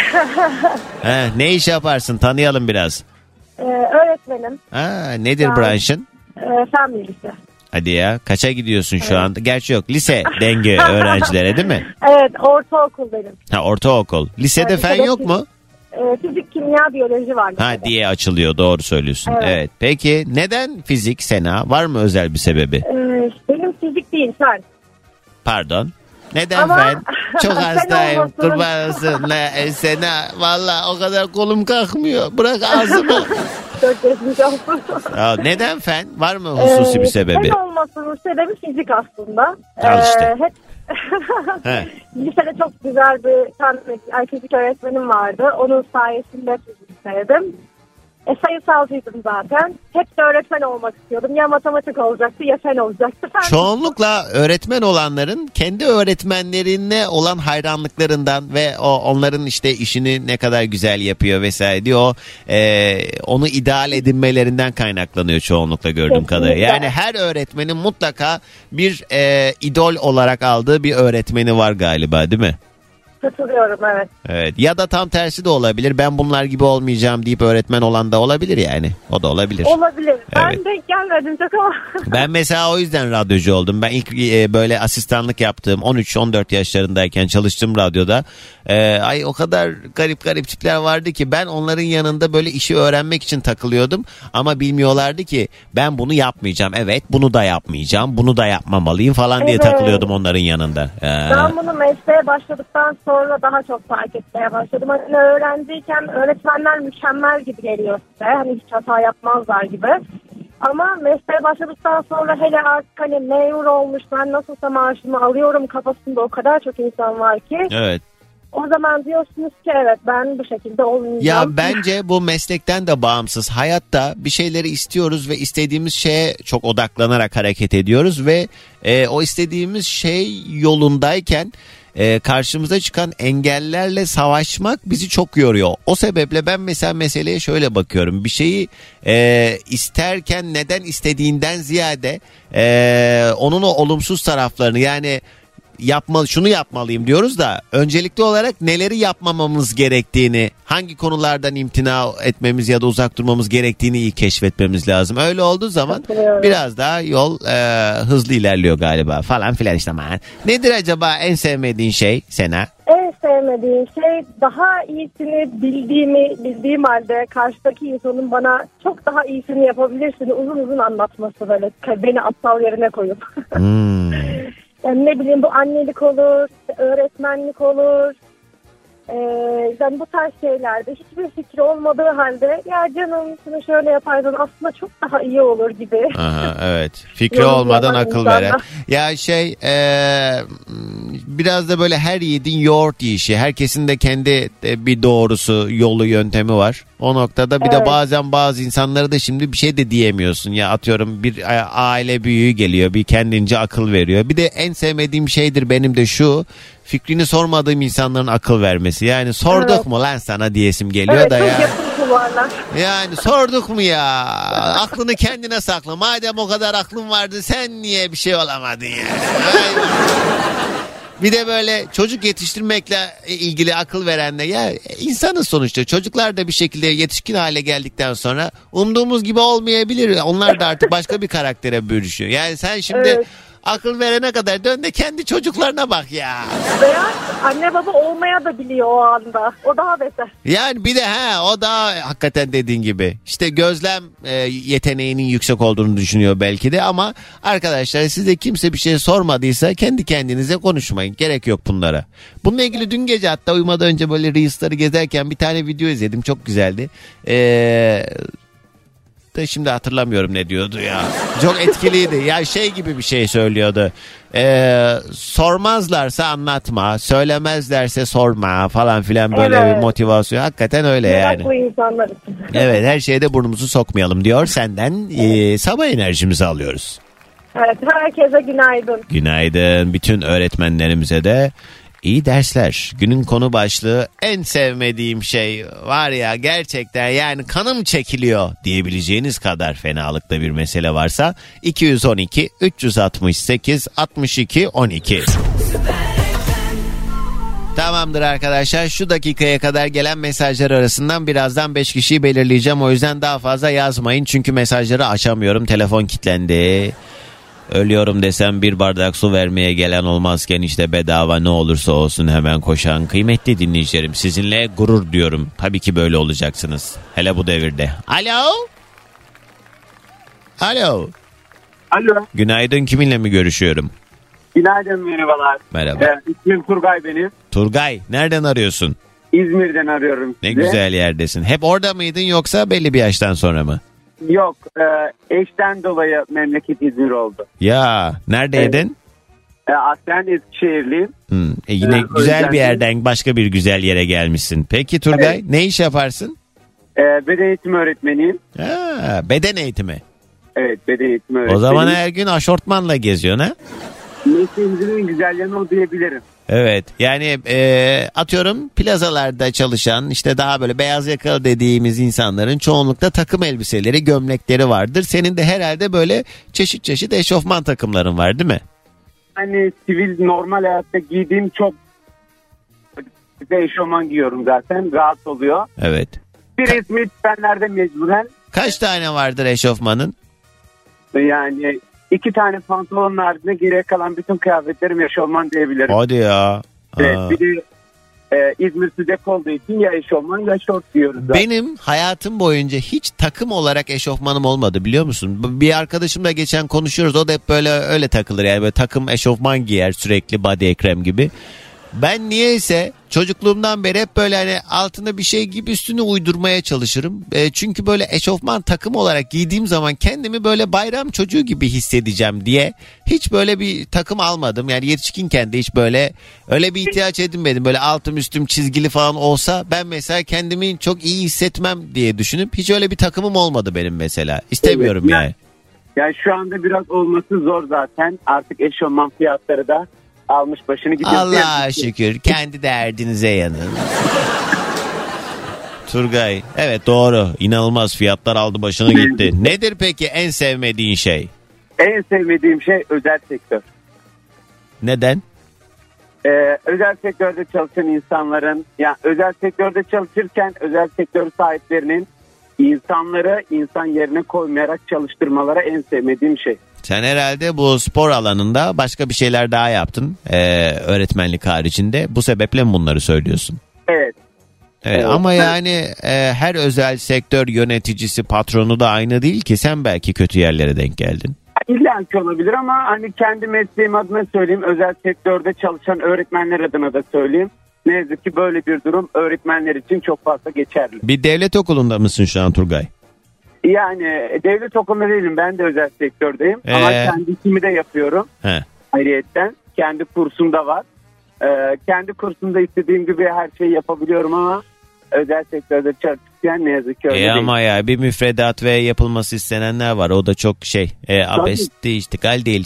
Ne iş yaparsın? Tanıyalım biraz.
Öğretmenim.
Nedir branşın?
Fen bilgisi.
Hadi ya. Kaça gidiyorsun şu anda? Gerçi yok. Lise denge öğrencilere değil mi?
Evet. Ortaokul benim.
Ortaokul. Lisede fen yok mu?
Fizik, kimya, biyoloji var.
Diye açılıyor. Doğru söylüyorsun. Evet. Peki neden fizik Sena? Var mı özel bir sebebi?
Benim fizik değil fen.
Pardon? Neden
Ama
fen? Çok hastayım.
olmasın.
Kurban olsun. Sena. Valla o kadar kolum kalkmıyor. Bırak ağzımı.
Çok geçmiş olsun.
Ya, neden fen? Var mı hususi bir sebebi?
Fen olmasının sebebi fizik aslında.
Al işte.
Hep lisede çok güzel bir tane fizik öğretmenim vardı. Onun sayesinde fizik sevdim. Sayısalcıydım zaten. Hep de öğretmen olmak istiyordum. Ya matematik olacaktı ya fen olacaktı.
Çoğunlukla öğretmen olanların kendi öğretmenlerine olan hayranlıklarından ve onların işte işini ne kadar güzel yapıyor vesaire diyor. Onu ideal edinmelerinden kaynaklanıyor çoğunlukla gördüğüm kadarıyla. Yani her öğretmenin mutlaka bir idol olarak aldığı bir öğretmeni var galiba, değil mi?
Katılıyorum, evet.
Evet. Ya da tam tersi de olabilir. Ben bunlar gibi olmayacağım deyip öğretmen olan da olabilir yani. O da olabilir.
Olabilir. Ben
Evet.
denk gelmedim çok ama.
Ben mesela o yüzden radyocu oldum. Ben ilk böyle asistanlık yaptığım 13-14 yaşlarındayken çalıştım radyoda. Ay o kadar garip tipler vardı ki ben onların yanında böyle işi öğrenmek için takılıyordum. Ama bilmiyorlardı ki ben bunu yapmayacağım. Evet, bunu da yapmayacağım. Bunu da yapmamalıyım falan diye takılıyordum onların yanında.
Ben bunu mesleğe başladıktan sonra daha çok fark etmeye başladım. Hani öğrenciyken öğretmenler mükemmel gibi geliyor size. Hani hiç hata yapmazlar gibi. Ama mesleğe başladıktan sonra hele artık hani memur olmuş, ben nasılsa maaşımı alıyorum kafasında o kadar çok insan var ki.
Evet.
O zaman diyorsunuz ki evet, ben bu şekilde olmayacağım.
Ya bence bu meslekten de bağımsız. Hayatta bir şeyleri istiyoruz ve istediğimiz şeye çok odaklanarak hareket ediyoruz ve o istediğimiz şey yolundayken karşımıza çıkan engellerle savaşmak bizi çok yoruyor. O sebeple ben mesela meseleye şöyle bakıyorum. Bir şeyi isterken neden istediğinden ziyade onun o olumsuz taraflarını, yani şunu yapmalıyım diyoruz da öncelikli olarak neleri yapmamamız gerektiğini, hangi konulardan imtina etmemiz ya da uzak durmamız gerektiğini iyi keşfetmemiz lazım. Öyle olduğu zaman biraz daha yol hızlı ilerliyor galiba falan filan işte. Nedir acaba en sevmediğin şey Sena?
En sevmediğim şey, daha iyisini bildiğim halde karşıdaki insanın bana çok daha iyisini yapabilirsin uzun anlatması, böyle beni aptal yerine koyup. Yani ne bileyim, bu annelik olur, öğretmenlik olur. Yani bu tarz şeylerde hiçbir fikri olmadığı halde ya canım şunu şöyle yaparsan aslında çok daha iyi olur gibi.
Aha, evet. Fikri olmadan akıl veren. Ya biraz da böyle her yiğidin yoğurt yiyişi. Herkesin de kendi bir doğrusu, yolu, yöntemi var. O noktada bir de bazen bazı insanlara da şimdi bir şey de diyemiyorsun. Ya atıyorum bir aile büyüğü geliyor, bir kendince akıl veriyor. Bir de en sevmediğim şeydir benim de şu: fikrini sormadığım insanların akıl vermesi. Yani sorduk mu lan sana diyesim geliyor da ya. Yani sorduk mu ya? Aklını kendine sakla. Madem o kadar aklın vardı, sen niye bir şey olamadın yani? Bir de böyle çocuk yetiştirmekle ilgili akıl verenler, ya insanız sonuçta. Çocuklar da bir şekilde yetişkin hale geldikten sonra umduğumuz gibi olmayabilir. Onlar da artık başka bir karaktere bürüşüyor. Yani sen şimdi akıl verene kadar dön de kendi çocuklarına bak ya.
Veya anne baba olmaya da biliyor o anda. O daha beter.
Yani bir de o da hakikaten dediğin gibi. İşte gözlem yeteneğinin yüksek olduğunu düşünüyor belki de, ama arkadaşlar size kimse bir şey sormadıysa kendi kendinize konuşmayın. Gerek yok bunlara. Bununla ilgili dün gece hatta uyumadan önce böyle Reels'ları gezerken bir tane video izledim. Çok güzeldi. De şimdi hatırlamıyorum ne diyordu ya. Çok etkiliydi. Ya şey gibi bir şey söylüyordu. Sormazlarsa anlatma, söylemezlerse sorma falan filan, böyle bir motivasyon. Hakikaten öyle yani.
Bu insanlar için.
Evet, her şeyde burnumuzu sokmayalım diyor. Senden sabah enerjimizi alıyoruz.
Evet, herkese günaydın.
Günaydın. Bütün öğretmenlerimize de İyi dersler. Günün konu başlığı en sevmediğim şey var ya, gerçekten yani kanım çekiliyor diyebileceğiniz kadar fenalıkta bir mesele varsa 212 368 62 12. Tamamdır arkadaşlar, şu dakikaya kadar gelen mesajlar arasından birazdan 5 kişiyi belirleyeceğim. O yüzden daha fazla yazmayın çünkü mesajları açamıyorum, telefon kilitlendi. Ölüyorum desem bir bardak su vermeye gelen olmazken işte bedava ne olursa olsun hemen koşan kıymetli dinleyicilerim, sizinle gurur diyorum. Tabii ki böyle olacaksınız. Hele bu devirde. Alo? Alo?
Alo.
Günaydın, kiminle mi görüşüyorum?
Günaydın, merhabalar.
Merhaba.
İsmim Turgay benim.
Turgay, nereden arıyorsun?
İzmir'den arıyorum
Ne
size.
güzel yerdesin. Hep orada mıydın yoksa belli bir yaştan sonra mı?
Yok, eşten dolayı memleket İzmir oldu.
Ya, neredeydin?
Aslen Eskişehirliyim.
Yine güzel bir yerden başka bir güzel yere gelmişsin. Peki Turgay, ne iş yaparsın?
Beden eğitimi öğretmeniyim.
Beden eğitimi.
Evet, beden eğitimi öğretmeniyim.
O zaman her gün aşortmanla geziyorsun ha?
Mesleğimizin en güzel yanı o diyebilirim.
Evet, yani atıyorum plazalarda çalışan işte daha böyle beyaz yakalı dediğimiz insanların çoğunlukla takım elbiseleri, gömlekleri vardır. Senin de herhalde böyle çeşit çeşit eşofman takımların var değil mi?
Hani sivil normal hayatta giydiğim çok eşofman giyiyorum zaten. Rahat oluyor.
Evet.
Bir resmi tüfenlerde mecburen.
Kaç tane vardır eşofmanın?
Yani 2 tane pantolonun haricinde geriye kalan bütün kıyafetlerim eşofman diyebilirim.
Hadi ya.
Bir de İzmir sıcak olduğu için ya eşofman ya şort diyoruz zaten.
Benim hayatım boyunca hiç takım olarak eşofmanım olmadı biliyor musun? Bir arkadaşımla geçen konuşuyoruz, o da hep böyle öyle takılır yani, böyle takım eşofman giyer sürekli, body ekrem gibi. Ben niyeyse çocukluğumdan beri hep böyle hani altına bir şey gibi üstünü uydurmaya çalışırım. Çünkü böyle eşofman takım olarak giydiğim zaman kendimi böyle bayram çocuğu gibi hissedeceğim diye hiç böyle bir takım almadım. Yani yetişkinken de hiç böyle öyle bir ihtiyaç edinmedim. Böyle altım üstüm çizgili falan olsa ben mesela kendimi çok iyi hissetmem diye düşünüp hiç öyle bir takımım olmadı benim mesela. İstemiyorum
Evet,
yani.
Yani şu anda biraz olması zor zaten. Artık eşofman fiyatları da almış başını gidiyor.
Allah'a şükür kendi derdinize yanın. Turgay, evet doğru, inanılmaz fiyatlar aldı başını gitti. Nedir peki en sevmediğin şey?
En sevmediğim şey özel sektör.
Neden?
Özel sektörde çalışan insanların, yani özel sektörde çalışırken özel sektör sahiplerinin insanları insan yerine koymayarak çalıştırmaları en sevmediğim şey.
Sen herhalde bu spor alanında başka bir şeyler daha yaptın öğretmenlik haricinde. Bu sebeple mi bunları söylüyorsun?
Evet.
Evet. Ama yani her özel sektör yöneticisi, patronu da aynı değil ki. Sen belki kötü yerlere denk geldin.
İlla ki olabilir ama hani kendi mesleğim adına söyleyeyim, özel sektörde çalışan öğretmenler adına da söyleyeyim. Ne yazık ki böyle bir durum öğretmenler için çok fazla geçerli.
Bir devlet okulunda mısın şu an Turgay?
Yani devlet okulunda değilim, ben de özel sektördeyim ama kendi işimi de yapıyorum. Ayrıyetten kendi kursum da var. Kendi kursumda istediğim gibi her şeyi yapabiliyorum ama özel sektörde çalışırken ne yazık ki öyle değil.
Ama ya bir müfredat ve yapılması istenenler var. O da çok abesli iştigal değil.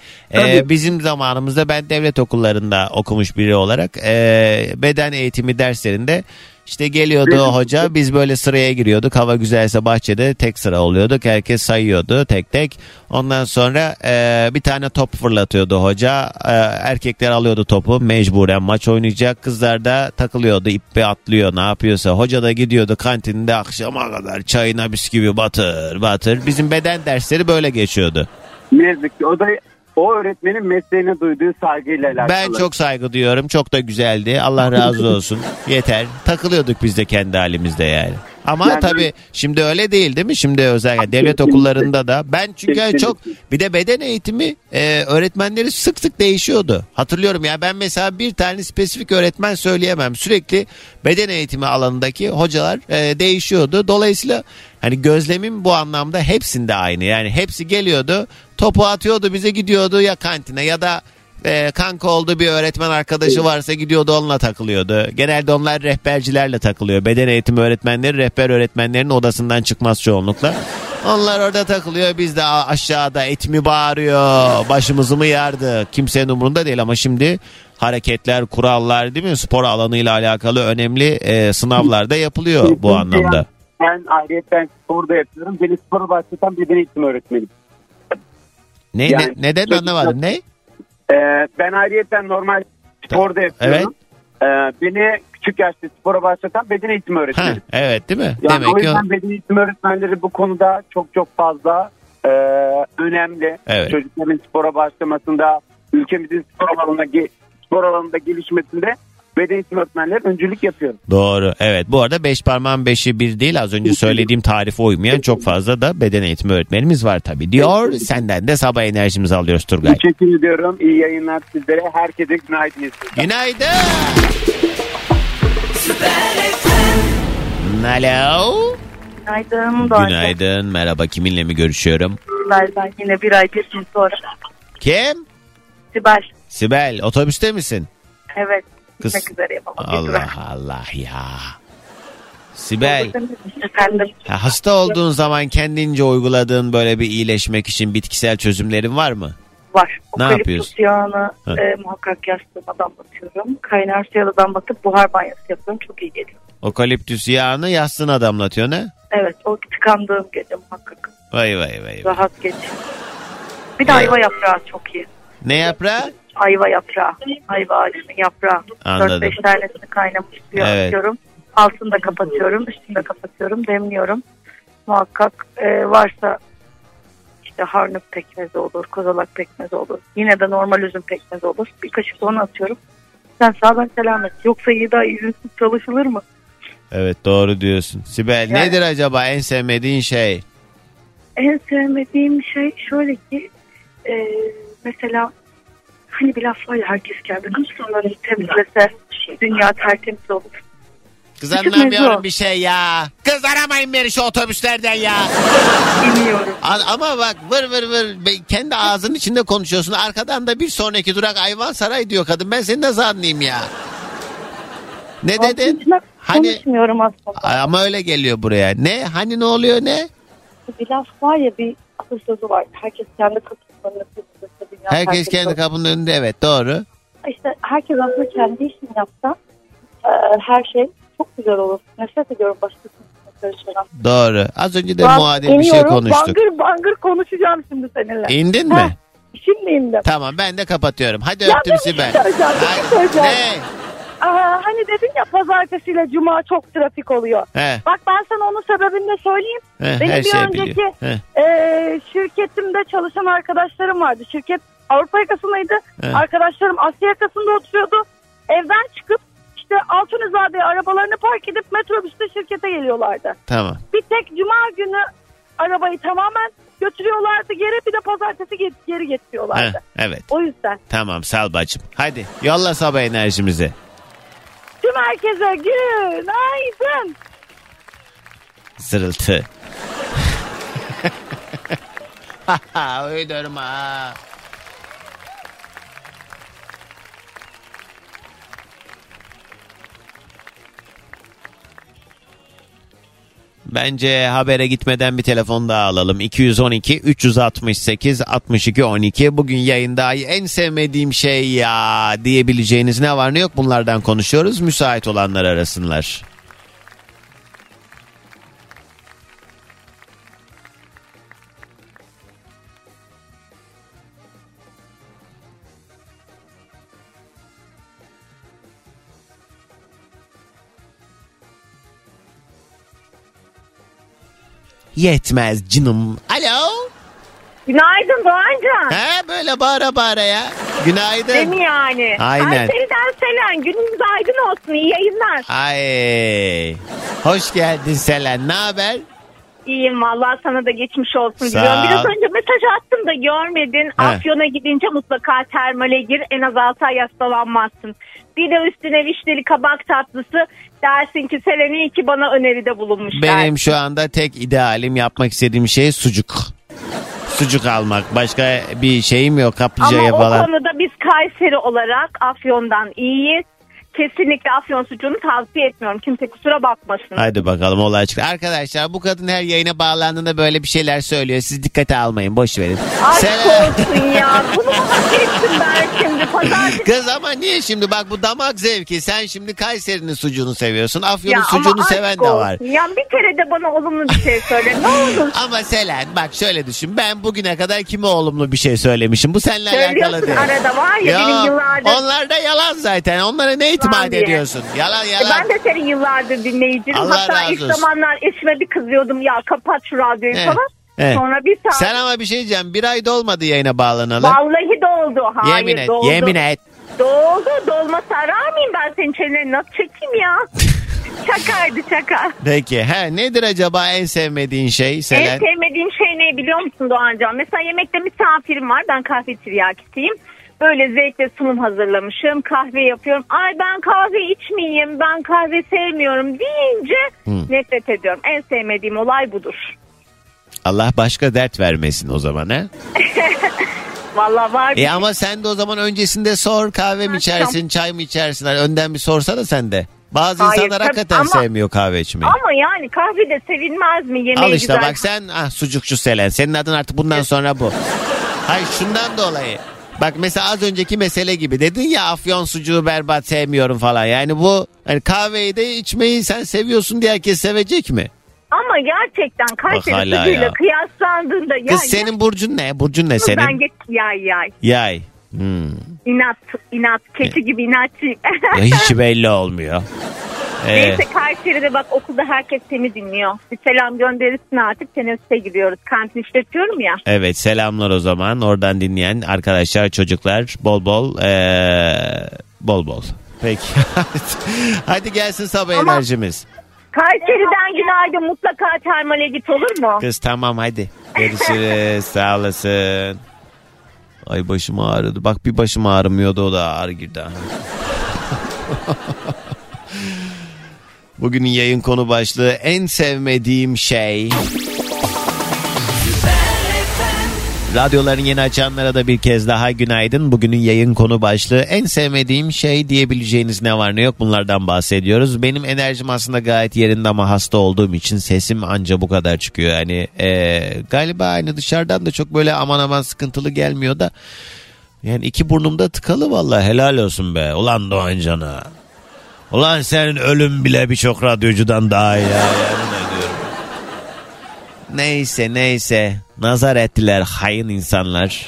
Bizim zamanımızda ben devlet okullarında okumuş biri olarak beden eğitimi derslerinde işte geliyordu o hoca, biz böyle sıraya giriyorduk. Hava güzelse bahçede tek sıra oluyorduk. Herkes sayıyordu tek tek. Ondan sonra bir tane top fırlatıyordu hoca. Erkekler alıyordu topu, mecburen maç oynayacak. Kızlar da takılıyordu, ippe atlıyor, ne yapıyorsa. Hoca da gidiyordu kantinde akşama kadar çayına bisküvi batır. Bizim beden dersleri böyle geçiyordu.
Ne yazık ki o öğretmenin mesleğine duyduğu saygıyla alakalı.
Ben çok saygı duyuyorum. Çok da güzeldi. Allah razı olsun. Yeter. Takılıyorduk biz de kendi halimizde yani. Ama yani tabii şimdi öyle değil mi? Şimdi özellikle devlet okullarında da ben çünkü çok bir de beden eğitimi öğretmenleri sık sık değişiyordu. Hatırlıyorum ya, ben mesela bir tane spesifik öğretmen söyleyemem. Sürekli beden eğitimi alanındaki hocalar değişiyordu. Dolayısıyla hani gözlemim bu anlamda hepsinde aynı. Yani hepsi geliyordu, topu atıyordu, bize gidiyordu ya kantine ya da kanka olduğu bir öğretmen arkadaşı varsa gidiyordu onunla takılıyordu. Genelde onlar rehbercilerle takılıyor. Beden eğitimi öğretmenleri rehber öğretmenlerin odasından çıkmaz çoğunlukla. Onlar orada takılıyor, biz de aşağıda et mi bağırıyor, başımızı mı yardı, kimsenin umurunda değil. Ama şimdi hareketler, kurallar değil mi, spor alanıyla alakalı önemli sınavlar da yapılıyor bu anlamda.
Ben ayrıca sporda yapıyorum. Beni spora başlatan beden eğitimi öğretmenim.
Neden anlamadım, ne?
Ben ayrıyeten normal sporda yapıyorum. Evet. Beni küçük yaşta spora başlatan beden eğitimi öğretmeni.
Evet değil mi?
Yani demek o yüzden beden eğitimi öğretmenleri bu konuda çok fazla önemli. Evet. Çocukların spora başlamasında, ülkemizin spor alanında gelişmesinde beden eğitimi öğretmenlerine öncülük yapıyorum.
Doğru. Evet. Bu arada 5 parmağın 5'i bir değil. Az önce söylediğim tarife uymayan çok fazla da beden eğitimi öğretmenimiz var tabii diyor. Senden de sabah enerjimizi alıyoruz Turgay.
Teşekkür ediyorum. İyi yayınlar sizlere. Herkese günaydın.
Günaydın. Alo.
Günaydın Doğan.
Günaydın. Merhaba. Kiminle mi görüşüyorum?
Ben yine bir ay bir gün sonra.
Kim?
Sibel.
Sibel. Otobüste misin?
Evet.
Kız.
Gitmek üzereyim ama.
Allah Allah ya. Sibel.
Efendim.
Hasta olduğun zaman kendince uyguladığın böyle bir iyileşmek için bitkisel çözümlerin var mı?
Var.
Ne yapıyorsun?
Yağını muhakkak yastığıma damlatıyorum. Kaynar suya da damlatıp buhar banyosu yapıyorum. Çok iyi geliyor.
Okaliptüs yağını yastığına damlatıyor ne?
Evet. O tıkandığım gece muhakkak.
Vay.
Rahat geçiyor. Bir de ayva yaprağı çok iyi.
Ne yaprağı?
Ayva yaprağı. Ayva ağacının yaprağı.
Anladım.
4-5 tanesini kaynamış suya atıyorum. Altını da kapatıyorum. Üstünü de kapatıyorum. Demliyorum. Muhakkak varsa işte harnut pekmezi olur. Kozalak pekmezi olur. Yine de normal üzüm pekmezi olur. Bir kaşık onu atıyorum. Sen sağdan selamet. Yoksa 7 ay izinsiz çalışılır mı?
Evet doğru diyorsun. Sibel yani, nedir acaba en sevmediğin şey?
En sevmediğim şey şöyle ki mesela hani bir laf var ya, herkes kendi kısımlarını temizlese dünya tertemiz olur.
Kız anlamıyorum bir şey ya. Kız aramayın beni şu otobüslerden ya.
Bilmiyorum.
Ama bak vır. Kendi ağzının içinde konuşuyorsun. Arkadan da bir sonraki durak Ayvansaray diyor kadın. Ben seni nasıl anlayayım ya? Ne dedin? Hani
konuşmuyorum aslında.
Ama öyle geliyor buraya. Ne? Hani ne oluyor ne?
Bir laf var ya, bir sözü var. Herkes kendi kapının önünde.
Herkes kendi kapının önünde, evet doğru.
İşte herkes aslında kendi işini yapsa her şey çok güzel olur. Nefret ediyorum başkasının karışmadan.
Doğru. Az önce de muadil bir şey konuştuk.
Bangır konuşacağım şimdi seninle.
İndin mi?
Şimdi indim.
Tamam ben de kapatıyorum. Hadi öptüm Sibel.
Ne? Hani dedin ya pazartesiyle cuma çok trafik oluyor. Bak ben sana onun sebebini de söyleyeyim. Benim bir önceki şirketimde çalışan arkadaşlarım vardı. Şirket Avrupa yakasındaydı. Arkadaşlarım Asya yakasında oturuyordu. Evden çıkıp işte Altunizade'ye arabalarını park edip metrobüste şirkete geliyorlardı.
Tamam.
Bir tek cuma günü arabayı tamamen götürüyorlardı geri, bir de pazartesi geri getiriyorlardı.
Evet.
O yüzden.
Tamam sağ ol bacım. Hadi yolla sabah enerjimizi.
Tüm herkese günaydın.
Zırıltı. Uydurum ha. Bence habere gitmeden bir telefon daha alalım. 212 368 62 12. Bugün yayında en sevmediğim şey ya diyebileceğiniz ne var ne yok, bunlardan konuşuyoruz. Müsait olanlar arasınlar. Yetmez canım. Alo.
Günaydın Doğancan.
Böyle bağıra ya. Günaydın.
Değil mi yani?
Aynen.
Kayseri'den Selen. Gününüz aydın olsun. İyi yayınlar.
Ay. Hoş geldin Selen. Ne haber?
İyiyim vallahi, sana da geçmiş olsun
Sağ
diyorum.
ol.
Biraz önce mesaj attım da görmedin. Afyon'a gidince mutlaka termale gir. En az 6 ay hastalanmazsın. Bir de üstüne vişneli kabak tatlısı, dersin ki Selen'e iyi ki bana öneride bulunmuşlar.
Benim şu anda tek idealim, yapmak istediğim şey sucuk. Sucuk almak. Başka bir şeyim yok. Kaplıcaya
ama
falan.
Ama o konuda biz Kayseri olarak Afyon'dan iyiyiz. Kesinlikle Afyon sucuğunu tavsiye etmiyorum. Kimse kusura bakmasın.
Hadi bakalım, olay çıktı. Arkadaşlar bu kadın her yayına bağlandığında böyle bir şeyler söylüyor. Siz dikkate almayın. Boş verin.
Aşk olsun ya. Bunu mu hak ettim ben şimdi? Pazartesi...
Kız ama niye şimdi? Bak bu damak zevki. Sen şimdi Kayseri'nin sucuğunu seviyorsun. Afyon'un sucuğunu seven de var.
Ya bir kere de bana olumlu bir şey söyle. Ne olur.
Ama Selen bak şöyle düşün. Ben bugüne kadar kime olumlu bir şey söylemişim? Bu seninle alakalı değil.
Arada var ya benim yıllardır.
Onlar da yalan zaten. Onlara ne itimat ediyorsun? Yalan.
Ben de senin yıllardır dinleyicinim. Hatta ilk zamanlar eşime bir kızıyordum. Ya kapat şu radyoyu falan. Sonra bir saat.
Sen ama bir şey diyeceğim. Bir ay dolmadı yayına bağlanalı.
Vallahi doldu. Hayır,
yemin et.
doldu.
Yemin et.
Dolmasa arar mıyım ben senin çeneni, nasıl çekeyim ya? Şaka.
Peki nedir acaba en sevmediğin şey Selen?
En sevmediğim şey ne biliyor musun Doğancan? Mesela yemekte misafirim var, ben kahve tiryakisiyim. Böyle zevkle sunum hazırlamışım, kahve yapıyorum. Ay ben kahve içmeyeyim, ben kahve sevmiyorum deyince nefret ediyorum. En sevmediğim olay budur. Allah
başka dert vermesin o zaman ha?
Vallahi var.
Ama sen de o zaman öncesinde sor, kahve mi içersin, çay mı içersin? Önden bir sorsana sen de. Bazı insanlar hakikaten sevmiyor kahve içmeyi.
Ama yani kahve de sevilmez mi? Yemeği
al işte
güzel.
Bak sen sucukçu Selen. Senin adın artık bundan sonra bu. Hayır şundan dolayı. Bak mesela az önceki mesele gibi dedin ya, Afyon sucuğu berbat, sevmiyorum falan. Yani bu hani kahveyi de içmeyi sen seviyorsun diye herkes sevecek mi?
Ama gerçekten Kayseri sucuğuyla kıyaslandığında...
Kız senin burcun ne? Burcun ne senin?
Ben yay.
Yay.
İnat. Keçi gibi inatçıyım.
Ya hiç belli olmuyor.
Neyse Kayseri'de bak okulda herkes seni dinliyor. Bir selam gönderirsin artık, teneffüse gidiyoruz. Kantin işletiyorum ya.
Evet, selamlar o zaman oradan dinleyen arkadaşlar, çocuklar bol bol. Peki. Hadi gelsin sabah enerjimiz.
Kayseri'den günaydın, mutlaka termale git, olur mu?
Kız tamam hadi. Görüşürüz. Sağ olasın. Ay başım ağrıyordu. Bak bir başım ağrımıyordu, o da ağrı girdi. Bugünün yayın konu başlığı en sevmediğim şey. Radyoların yeni açanlara da bir kez daha günaydın. Bugünün yayın konu başlığı en sevmediğim şey diyebileceğiniz ne var ne yok, bunlardan bahsediyoruz. Benim enerjim aslında gayet yerinde ama hasta olduğum için sesim anca bu kadar çıkıyor. Yani galiba aynı dışarıdan da çok böyle aman sıkıntılı gelmiyor da. Yani iki burnumda tıkalı vallahi, helal olsun be. Ulan Doğancan'a. Ulan senin ölüm bile birçok radyocudan daha iyi ya. Neyse. Nazar ettiler hain insanlar.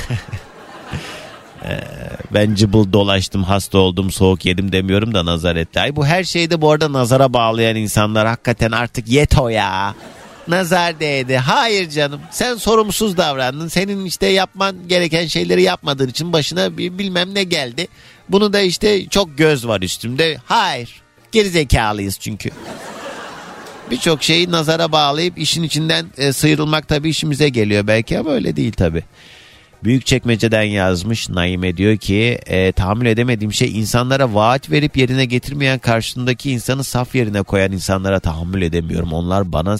Ben cıbıl dolaştım, hasta oldum, soğuk yedim demiyorum da nazar etti. Ay bu her şeyde bu arada nazara bağlayan insanlar hakikaten artık yeto ya. Nazar değdi. Hayır canım, sen sorumsuz davrandın. Senin işte yapman gereken şeyleri yapmadığın için başına bir bilmem ne geldi. Bunu da işte çok göz var üstümde. Hayır, gerizekalıyız çünkü. Birçok şeyi nazara bağlayıp işin içinden sıyrılmak tabii işimize geliyor belki ama öyle değil tabii. Büyükçekmece'den yazmış Naime, diyor ki tahammül edemediğim şey insanlara vaat verip yerine getirmeyen, karşısındaki insanı saf yerine koyan insanlara tahammül edemiyorum. Onlar bana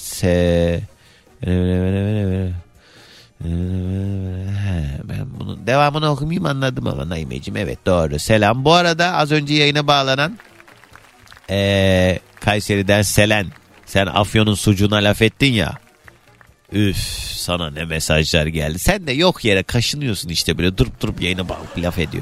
ben bunun devamını okumayayım, anladım ama Naimeciğim, evet doğru. Selam. Bu arada az önce yayına bağlanan Kayseri'den Selen, sen Afyon'un sucuğuna laf ettin ya. Üf, sana ne mesajlar geldi. Sen de yok yere kaşınıyorsun işte, böyle durup yayına bağlı laf ediyor.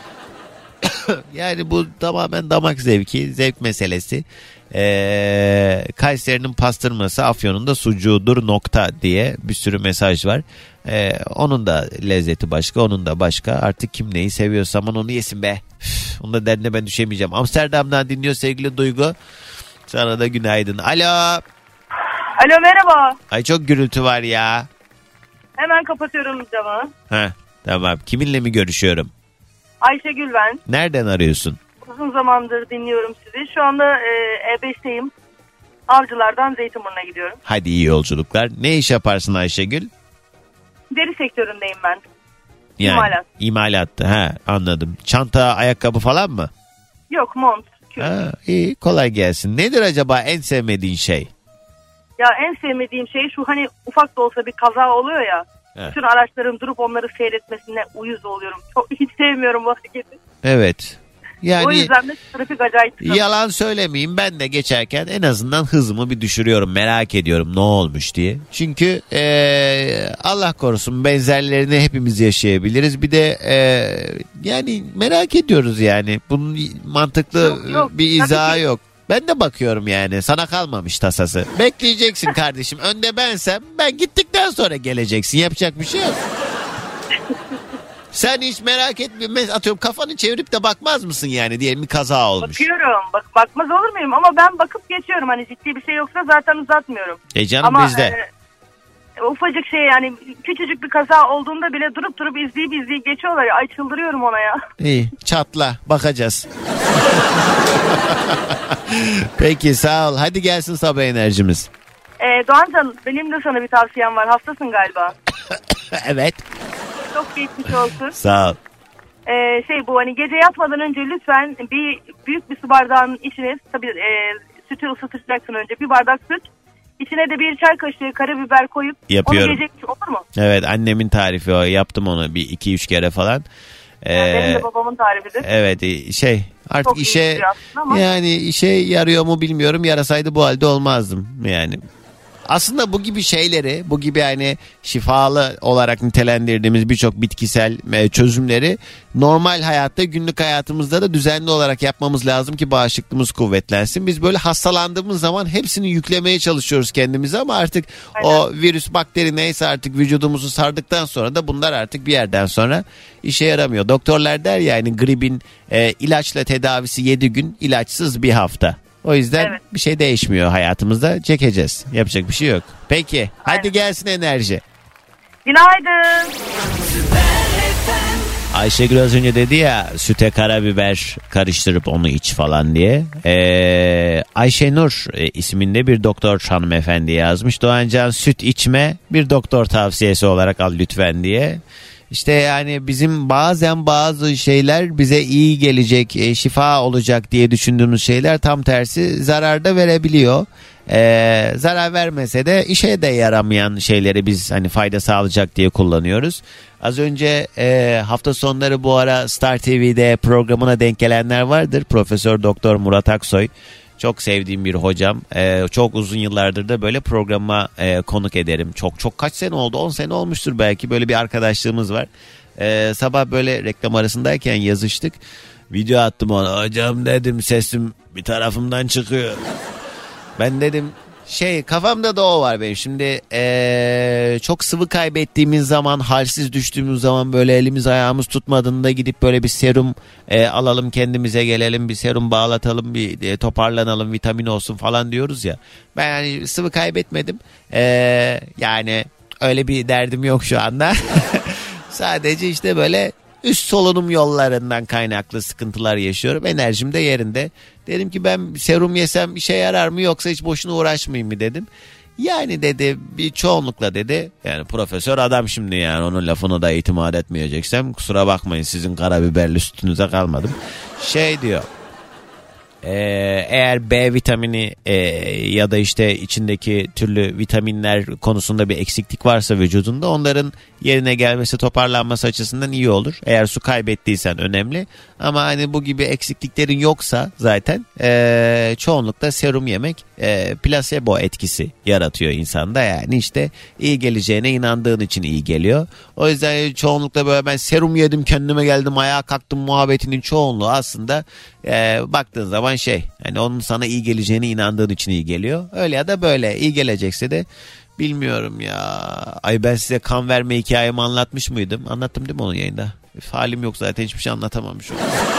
Yani bu tamamen damak zevki, zevk meselesi. Kayseri'nin pastırması, Afyon'un da sucuğudur nokta diye bir sürü mesaj var. Onun da lezzeti başka, onun da başka. Artık kim neyi seviyorsa aman onu yesin be. Üf, onun da derdine ben düşemeyeceğim. Amsterdam'dan dinliyor sevgili Duygu. Sana da günaydın. Alo.
Alo, merhaba.
Ay çok gürültü var ya.
Hemen kapatıyorum camı.
Tamam. Kiminle mi görüşüyorum?
Ayşegül ben.
Nereden arıyorsun?
Uzun zamandır dinliyorum sizi. Şu anda E5'teyim. Avcılardan Zeytinburnu'na gidiyorum.
Hadi iyi yolculuklar. Ne iş yaparsın Ayşegül?
Deri sektöründeyim ben.
Yani,
İmalat.
İmalatta. Anladım. Çanta, ayakkabı falan mı?
Yok, mont.
İyi, kolay gelsin. Nedir acaba en sevmediğin şey?
Ya en sevmediğim şey şu, hani ufak da olsa bir kaza oluyor ya. Bütün araçların durup onları seyretmesine uyuz oluyorum. Çok hiç sevmiyorum bu hareketi.
Evet. Yani,
o yüzden de trafik acayip sıkıntı.
Yalan söylemeyeyim, ben de geçerken en azından hızımı bir düşürüyorum. Merak ediyorum ne olmuş diye. Çünkü Allah korusun benzerlerini hepimiz yaşayabiliriz. Bir de yani merak ediyoruz yani. Bunun mantıklı
yok,
bir izahı yok. Ben de bakıyorum yani, sana kalmamış tasası. Bekleyeceksin kardeşim. Önde bensem ben gittikten sonra geleceksin. Yapacak bir şey yok. Sen hiç merak etme. Atıyorum kafanı çevirip de bakmaz mısın yani, diyelim bir kaza olmuş.
Bakıyorum. Bakmaz olur muyum? Ama ben bakıp geçiyorum. Hani ciddi bir şey yoksa zaten uzatmıyorum.
Canım ama, bizde.
ufacık şey yani küçücük bir kaza olduğunda bile durup izleyip geçiyorlar ya. Ay çıldırıyorum ona ya.
İyi çatla bakacağız. Peki sağ ol. Hadi gelsin sabah enerjimiz.
Doğancan benim de sana bir tavsiyem var. Hastasın galiba.
Evet.
Çok geçmiş olsun.
Sağ ol.
Bu hani gece yatmadan önce lütfen büyük bir su bardağının içine tabii sütü ısıtacaksın önce. Bir bardak süt. İçine de bir çay kaşığı karabiber koyup
yapıyorum.
Onu gece için olur mu?
Evet annemin tarifi o. Yaptım onu bir 2-3 kere falan.
Benim de babamın tarifidir.
Evet artık çok işe yani işe yarıyor mu bilmiyorum. Yarasaydı bu halde olmazdım yani. Aslında bu gibi şeyleri, bu gibi hani şifalı olarak nitelendirdiğimiz birçok bitkisel çözümleri normal hayatta, günlük hayatımızda da düzenli olarak yapmamız lazım ki bağışıklığımız kuvvetlensin. Biz böyle hastalandığımız zaman hepsini yüklemeye çalışıyoruz kendimize ama artık o virüs, bakteri neyse artık vücudumuzu sardıktan sonra da bunlar artık bir yerden sonra işe yaramıyor. Doktorlar der ya hani gripin ilaçla tedavisi 7 gün, ilaçsız bir hafta. O yüzden bir şey değişmiyor hayatımızda. Çekeceğiz. Yapacak bir şey yok. Peki. Hadi gelsin enerji.
Günaydın.
Ayşegül az önce dedi ya süte karabiber karıştırıp onu iç falan diye. Ayşenur isminde bir doktor hanımefendi yazmış. Doğancan süt içme bir doktor tavsiyesi olarak al lütfen diye. İşte yani bizim bazen bazı şeyler bize iyi gelecek, şifa olacak diye düşündüğümüz şeyler tam tersi zarar da verebiliyor. Zarar vermese de işe de yaramayan şeyleri biz hani fayda sağlayacak diye kullanıyoruz. Az önce hafta sonları bu ara Star TV'de programına denk gelenler vardır. Profesör Doktor Murat Aksoy. Çok sevdiğim bir hocam. Çok uzun yıllardır da böyle programa konuk ederim. Çok kaç sene oldu? 10 sene olmuştur belki. Böyle bir arkadaşlığımız var. Sabah böyle reklam arasındayken yazıştık. Video attım ona. Hocam dedim sesim bir tarafımdan çıkıyor. Ben dedim kafamda da o var benim. Şimdi çok sıvı kaybettiğimiz zaman, halsiz düştüğümüz zaman böyle elimiz ayağımız tutmadığında gidip böyle bir serum alalım, kendimize gelelim, bir serum bağlatalım, bir toparlanalım, vitamin olsun falan diyoruz ya. Ben yani sıvı kaybetmedim. Yani öyle bir derdim yok şu anda. Sadece işte böyle üst solunum yollarından kaynaklı sıkıntılar yaşıyorum. Enerjim de yerinde. Dedim ki ben serum yesem işe yarar mı yoksa hiç boşuna uğraşmayayım mı dedim. Yani dedi bir çoğunlukla dedi yani profesör adam şimdi yani onun lafına da itimat etmeyeceksem kusura bakmayın sizin karabiberli sütünüze kalmadım. Diyor. Eğer B vitamini ya da işte içindeki türlü vitaminler konusunda bir eksiklik varsa vücudunda onların yerine gelmesi, toparlanması açısından iyi olur. Eğer su kaybettiysen önemli. Ama hani bu gibi eksikliklerin yoksa zaten çoğunlukla serum yemek plasebo etkisi yaratıyor insanda. Yani işte iyi geleceğine inandığın için iyi geliyor. O yüzden çoğunlukla böyle ben serum yedim kendime geldim ayağa kalktım muhabbetinin çoğunluğu aslında baktığın zaman hani onun sana iyi geleceğine inandığın için iyi geliyor. Öyle ya da böyle iyi gelecekse de bilmiyorum ya. Ay ben size kan verme hikayemi anlatmış mıydım? Anlattım değil mi onu yayında? Halim yok zaten hiçbir şey anlatamamışım.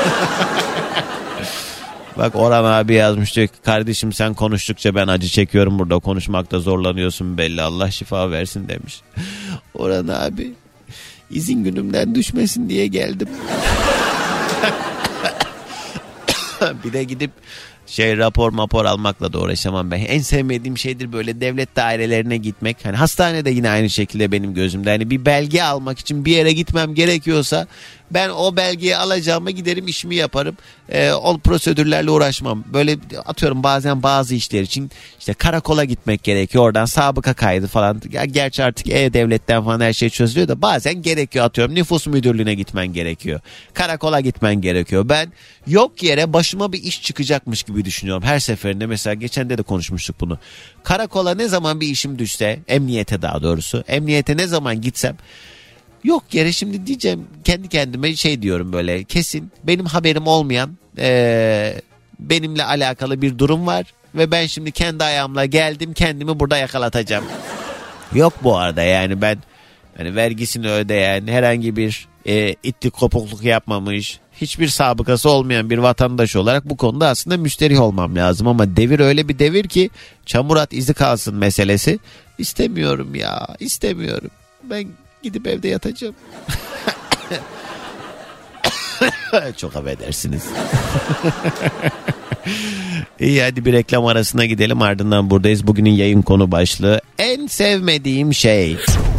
Bak Orhan abi yazmış diyor ki kardeşim sen konuştukça ben acı çekiyorum burada konuşmakta zorlanıyorsun belli Allah şifa versin demiş. Orhan abi izin günümden düşmesin diye geldim. Bir de gidip rapor almakla da uğraşamam ben. En sevmediğim şeydir böyle devlet dairelerine gitmek. Hani hastanede yine aynı şekilde benim gözümde. Hani bir belge almak için bir yere gitmem gerekiyorsa ben o belgeyi alacağıma giderim işimi yaparım. O prosedürlerle uğraşmam. Böyle atıyorum bazen bazı işler için işte karakola gitmek gerekiyor. Oradan sabıka kaydı falan. Gerçi artık E-Devlet'ten falan her şey çözülüyor da bazen gerekiyor atıyorum. Nüfus müdürlüğüne gitmen gerekiyor. Karakola gitmen gerekiyor. Ben yok yere başıma bir iş çıkacakmış gibi düşünüyorum. Her seferinde mesela geçen de konuşmuştuk bunu. Karakola ne zaman bir işim düşse, emniyete daha doğrusu. Emniyete ne zaman gitsem yok yere şimdi diyeceğim kendi kendime diyorum böyle kesin benim haberim olmayan benimle alakalı bir durum var ve ben şimdi kendi ayağımla geldim kendimi burada yakalatacağım. Yok bu arada yani ben hani vergisini ödeyen herhangi bir itlik kopukluk yapmamış hiçbir sabıkası olmayan bir vatandaş olarak bu konuda aslında müsterih olmam lazım ama devir öyle bir devir ki çamur at izi kalsın meselesi İstemiyorum ya. İstemiyorum. Ben gidip evde yatacağım. Çok affedersiniz. İyi, hadi bir reklam arasına gidelim, ardından buradayız. Bugünün yayın konu başlığı en sevmediğim şey.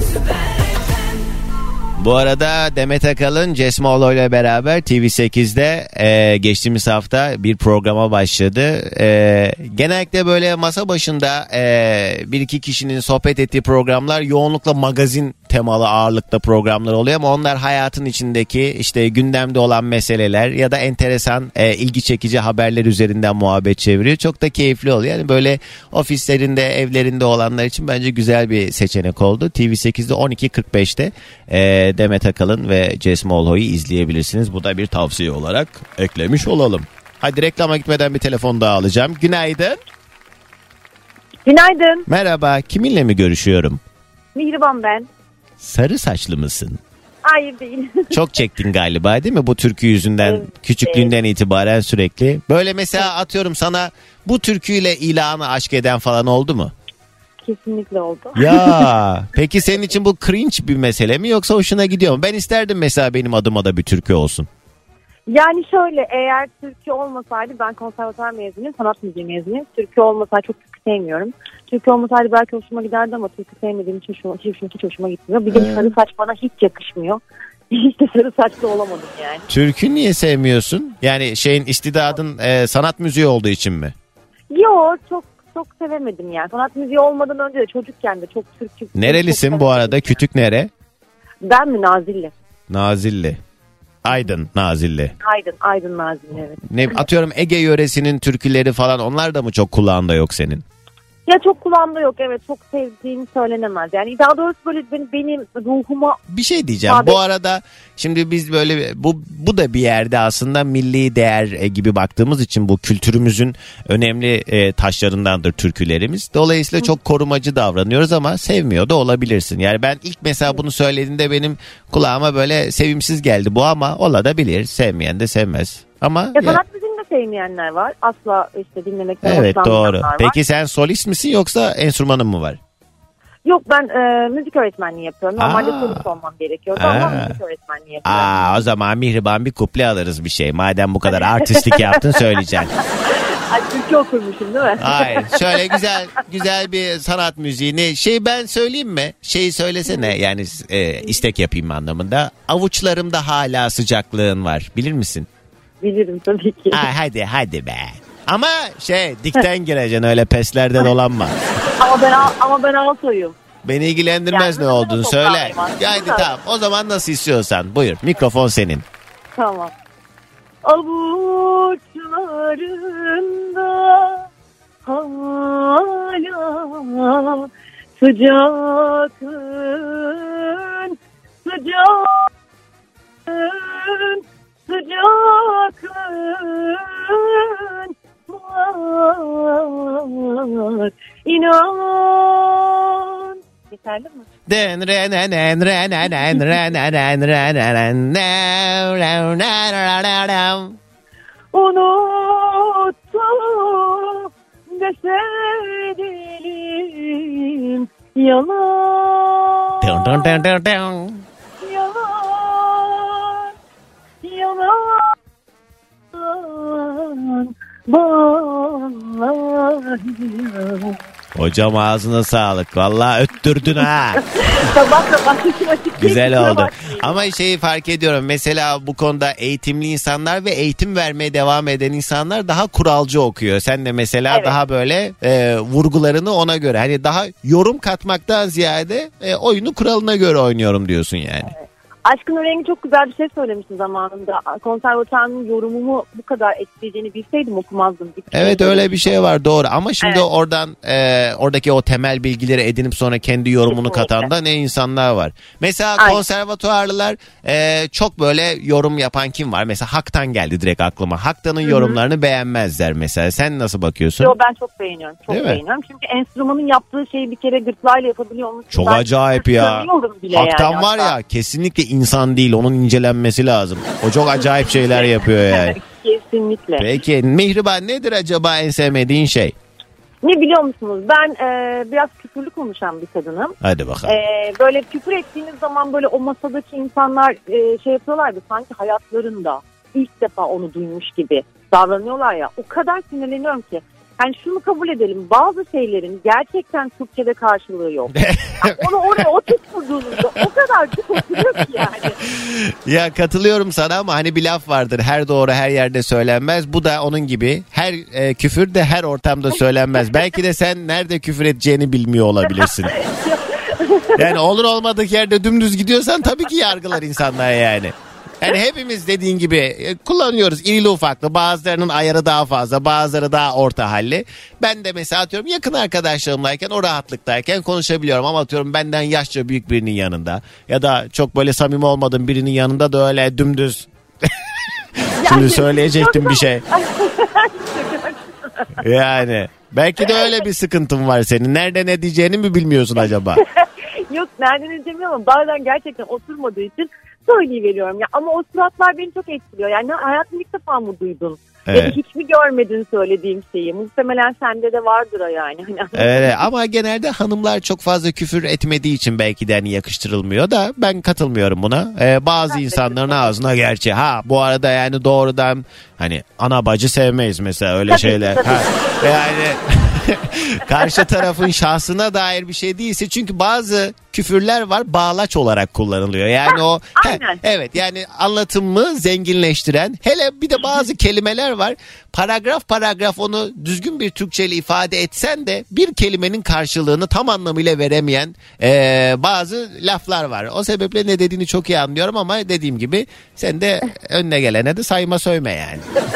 Bu arada Demet Akalın Cesmoğlu ile beraber TV8'de geçtiğimiz hafta bir programa başladı. Genellikle böyle masa başında bir iki kişinin sohbet ettiği programlar yoğunlukla magazin temalı ağırlıkta programlar oluyor ama onlar hayatın içindeki işte gündemde olan meseleler ya da enteresan ilgi çekici haberler üzerinden muhabbet çeviriyor. Çok da keyifli oluyor. Yani böyle ofislerinde, evlerinde olanlar için bence güzel bir seçenek oldu. TV8'de 12.45'te Demet Akalın ve Cesmoğlu'yu izleyebilirsiniz. Bu da bir tavsiye olarak eklemiş olalım. Hadi reklama gitmeden bir telefon daha alacağım. Günaydın.
Günaydın.
Merhaba. Kiminle mi görüşüyorum?
Mihriban ben.
Sarı saçlı mısın?
Hayır değil.
Çok çektin galiba değil mi bu türkü yüzünden? Evet, küçüklüğünden itibaren sürekli. Böyle mesela atıyorum sana bu türküyle ilanı aşk eden falan oldu mu?
Kesinlikle oldu.
Ya peki senin için bu cringe bir mesele mi yoksa hoşuna gidiyor mu? Ben isterdim mesela benim adıma da bir türkü olsun.
Yani şöyle, eğer türkü olmasaydı, ben konservatuar mezunuyum, sanat müziği mezunuyum. Türkü olmasaydı, çok türkü sevmiyorum. Türkü olmasaydı belki hoşuma giderdi ama türkü sevmediğim için hiç hoşuma gitmiyor. Bir de sarı saç bana hiç yakışmıyor. Hiç de sarı saçlı olamadım yani.
Türkü niye sevmiyorsun? Yani istidadın sanat müziği olduğu için mi?
Yok, çok sevemedim yani. Sanat müziği olmadan önce de çocukken de çok türkü.
Nerelisin
çok
bu arada? Kütük nere?
Ben mi? Nazilli.
Nazilli. Aydın Nazilli.
Aydın Nazilli, evet.
Ne atıyorum, Ege yöresinin türküleri falan, onlar da mı çok kulağında yok senin?
Ya çok kulağımda yok, evet, çok sevdiğim söylenemez. Yani daha doğrusu böyle benim ruhuma...
Bir şey diyeceğim. Bu arada şimdi biz böyle bu da bir yerde aslında milli değer gibi baktığımız için bu kültürümüzün önemli taşlarındandır türkülerimiz. Dolayısıyla çok korumacı davranıyoruz ama sevmiyor da olabilirsin. Yani ben ilk mesela bunu söylediğinde benim kulağıma böyle sevimsiz geldi bu, ama olabilir. Sevmeyen de sevmez. Ama
sanat müziğini de sevmeyenler var. Asla işte dinlemekten
evet, doğru.
Var.
Peki sen solist misin yoksa enstrümanın mı var?
Yok, ben müzik öğretmenliği yapıyorum. Normalde solist olmam gerekiyordu ama müzik öğretmenliği yapıyorum.
O zaman Mihriban bir kuple alırız bir şey. Madem bu kadar artistlik yaptın, söyleyeceksin.
Ay, Türkçe okurmuşum değil mi?
Hayır. Şöyle güzel bir sanat müziğini. Ben söyleyeyim mi? Söylesene, yani istek yapayım anlamında. Avuçlarımda hala sıcaklığın var. Bilir misin?
Bilirim tabii ki.
Hadi be. Ama dikten gireceksin, öyle peslerde dolanma.
ama ben altoyum.
Beni ilgilendirmez yani, ne olduğunu söyle. Haydi tamam. O zaman nasıl istiyorsan. Buyur. Mikrofon senin.
Tamam. Avuçlarında hala sıcaklığın var, inan. Yeterli mi? Unuttum deseydim yalan.
Hocam ağzına sağlık. Vallahi öttürdün ha. Güzel oldu. Ama fark ediyorum. Mesela bu konuda eğitimli insanlar ve eğitim vermeye devam eden insanlar daha kuralcı okuyor. Sen de mesela daha böyle vurgularını ona göre. Hani daha yorum katmaktan ziyade oyunu kuralına göre oynuyorum diyorsun yani. Evet.
Aşkın Rengi çok güzel bir şey söylemiştin zamanında. Konservatuarın yorumumu bu kadar etkileyeceğini bilseydim okumazdım.
Evet, öyle bir şey var, doğru. Ama şimdi oradan oradaki o temel bilgileri edinip sonra kendi yorumunu katan da ne insanlar var. Mesela konservatuarlılar çok böyle yorum yapan kim var? Mesela Hak'tan geldi direkt aklıma. Hak'tanın yorumlarını beğenmezler mesela. Sen nasıl bakıyorsun?
Yo, ben çok beğeniyorum. Çok beğeniyorum. Çünkü enstrümanın yaptığı şeyi bir kere gırtlağıyla yapabiliyor.
Çok acayip ya. Hak'tan yani, var ya, kesinlikle insan değil, onun incelenmesi lazım. O çok acayip şeyler yapıyor yani.
Kesinlikle.
Peki Mihriban, nedir acaba en sevmediğin şey?
Ne biliyor musunuz? Ben biraz küfürlü konuşan bir kadınım.
Hadi bakalım.
Böyle küfür ettiğiniz zaman böyle o masadaki insanlar şey yapıyorlardı. Sanki hayatlarında ilk defa onu duymuş gibi davranıyorlar ya. O kadar sinirleniyorum ki. Yani şunu kabul edelim. Bazı şeylerin gerçekten Türkçe'de karşılığı yok. Yani onu oraya oturtturduğunuzda o kadar çok oturuyor ki yani.
Ya katılıyorum sana ama hani bir laf vardır. Her doğru her yerde söylenmez. Bu da onun gibi. Her küfür de her ortamda söylenmez. Belki de sen nerede küfür edeceğini bilmiyor olabilirsin. Yani olur olmadık yerde dümdüz gidiyorsan tabii ki yargılar insanlar yani. Yani hepimiz dediğin gibi kullanıyoruz irili ufaklı. Bazılarının ayarı daha fazla, bazıları daha orta halli. Ben de mesela atıyorum yakın arkadaşlarımlayken, o rahatlıktayken konuşabiliyorum. Ama atıyorum benden yaşça büyük birinin yanında ya da çok böyle samimi olmadığım birinin yanında da öyle dümdüz. Şimdi söyleyecektim bir şey. Yani belki de öyle bir sıkıntın var senin. Nerede ne diyeceğini mi bilmiyorsun acaba?
Yok, nereden ne diyeceğim ama bazen gerçekten oturmadığı için söyleyiveriyorum ya, ama o suratlar beni çok etkiliyor. Yani hayatımda ilk defa mı duydun? Evet. Ya da hiç mi görmedin söylediğim şeyi? Muhtemelen sende de vardır o yani.
Evet, ama genelde hanımlar çok fazla küfür etmediği için belki de hani yakıştırılmıyor da ben katılmıyorum buna. Bazı insanların ağzına gerçi. Bu arada yani doğrudan hani ana bacı sevmeyiz mesela öyle şeyler. Yani karşı tarafın şahsına dair bir şey değilse, çünkü bazı küfürler var bağlaç olarak kullanılıyor. Yani o evet, yani anlatımı zenginleştiren, hele bir de bazı kelimeler var. Paragraf paragraf onu düzgün bir Türkçeyle ifade etsen de bir kelimenin karşılığını tam anlamıyla veremeyen bazı laflar var. O sebeple ne dediğini çok iyi anlıyorum ama dediğim gibi sen de önüne gelene de sayma sövme yani.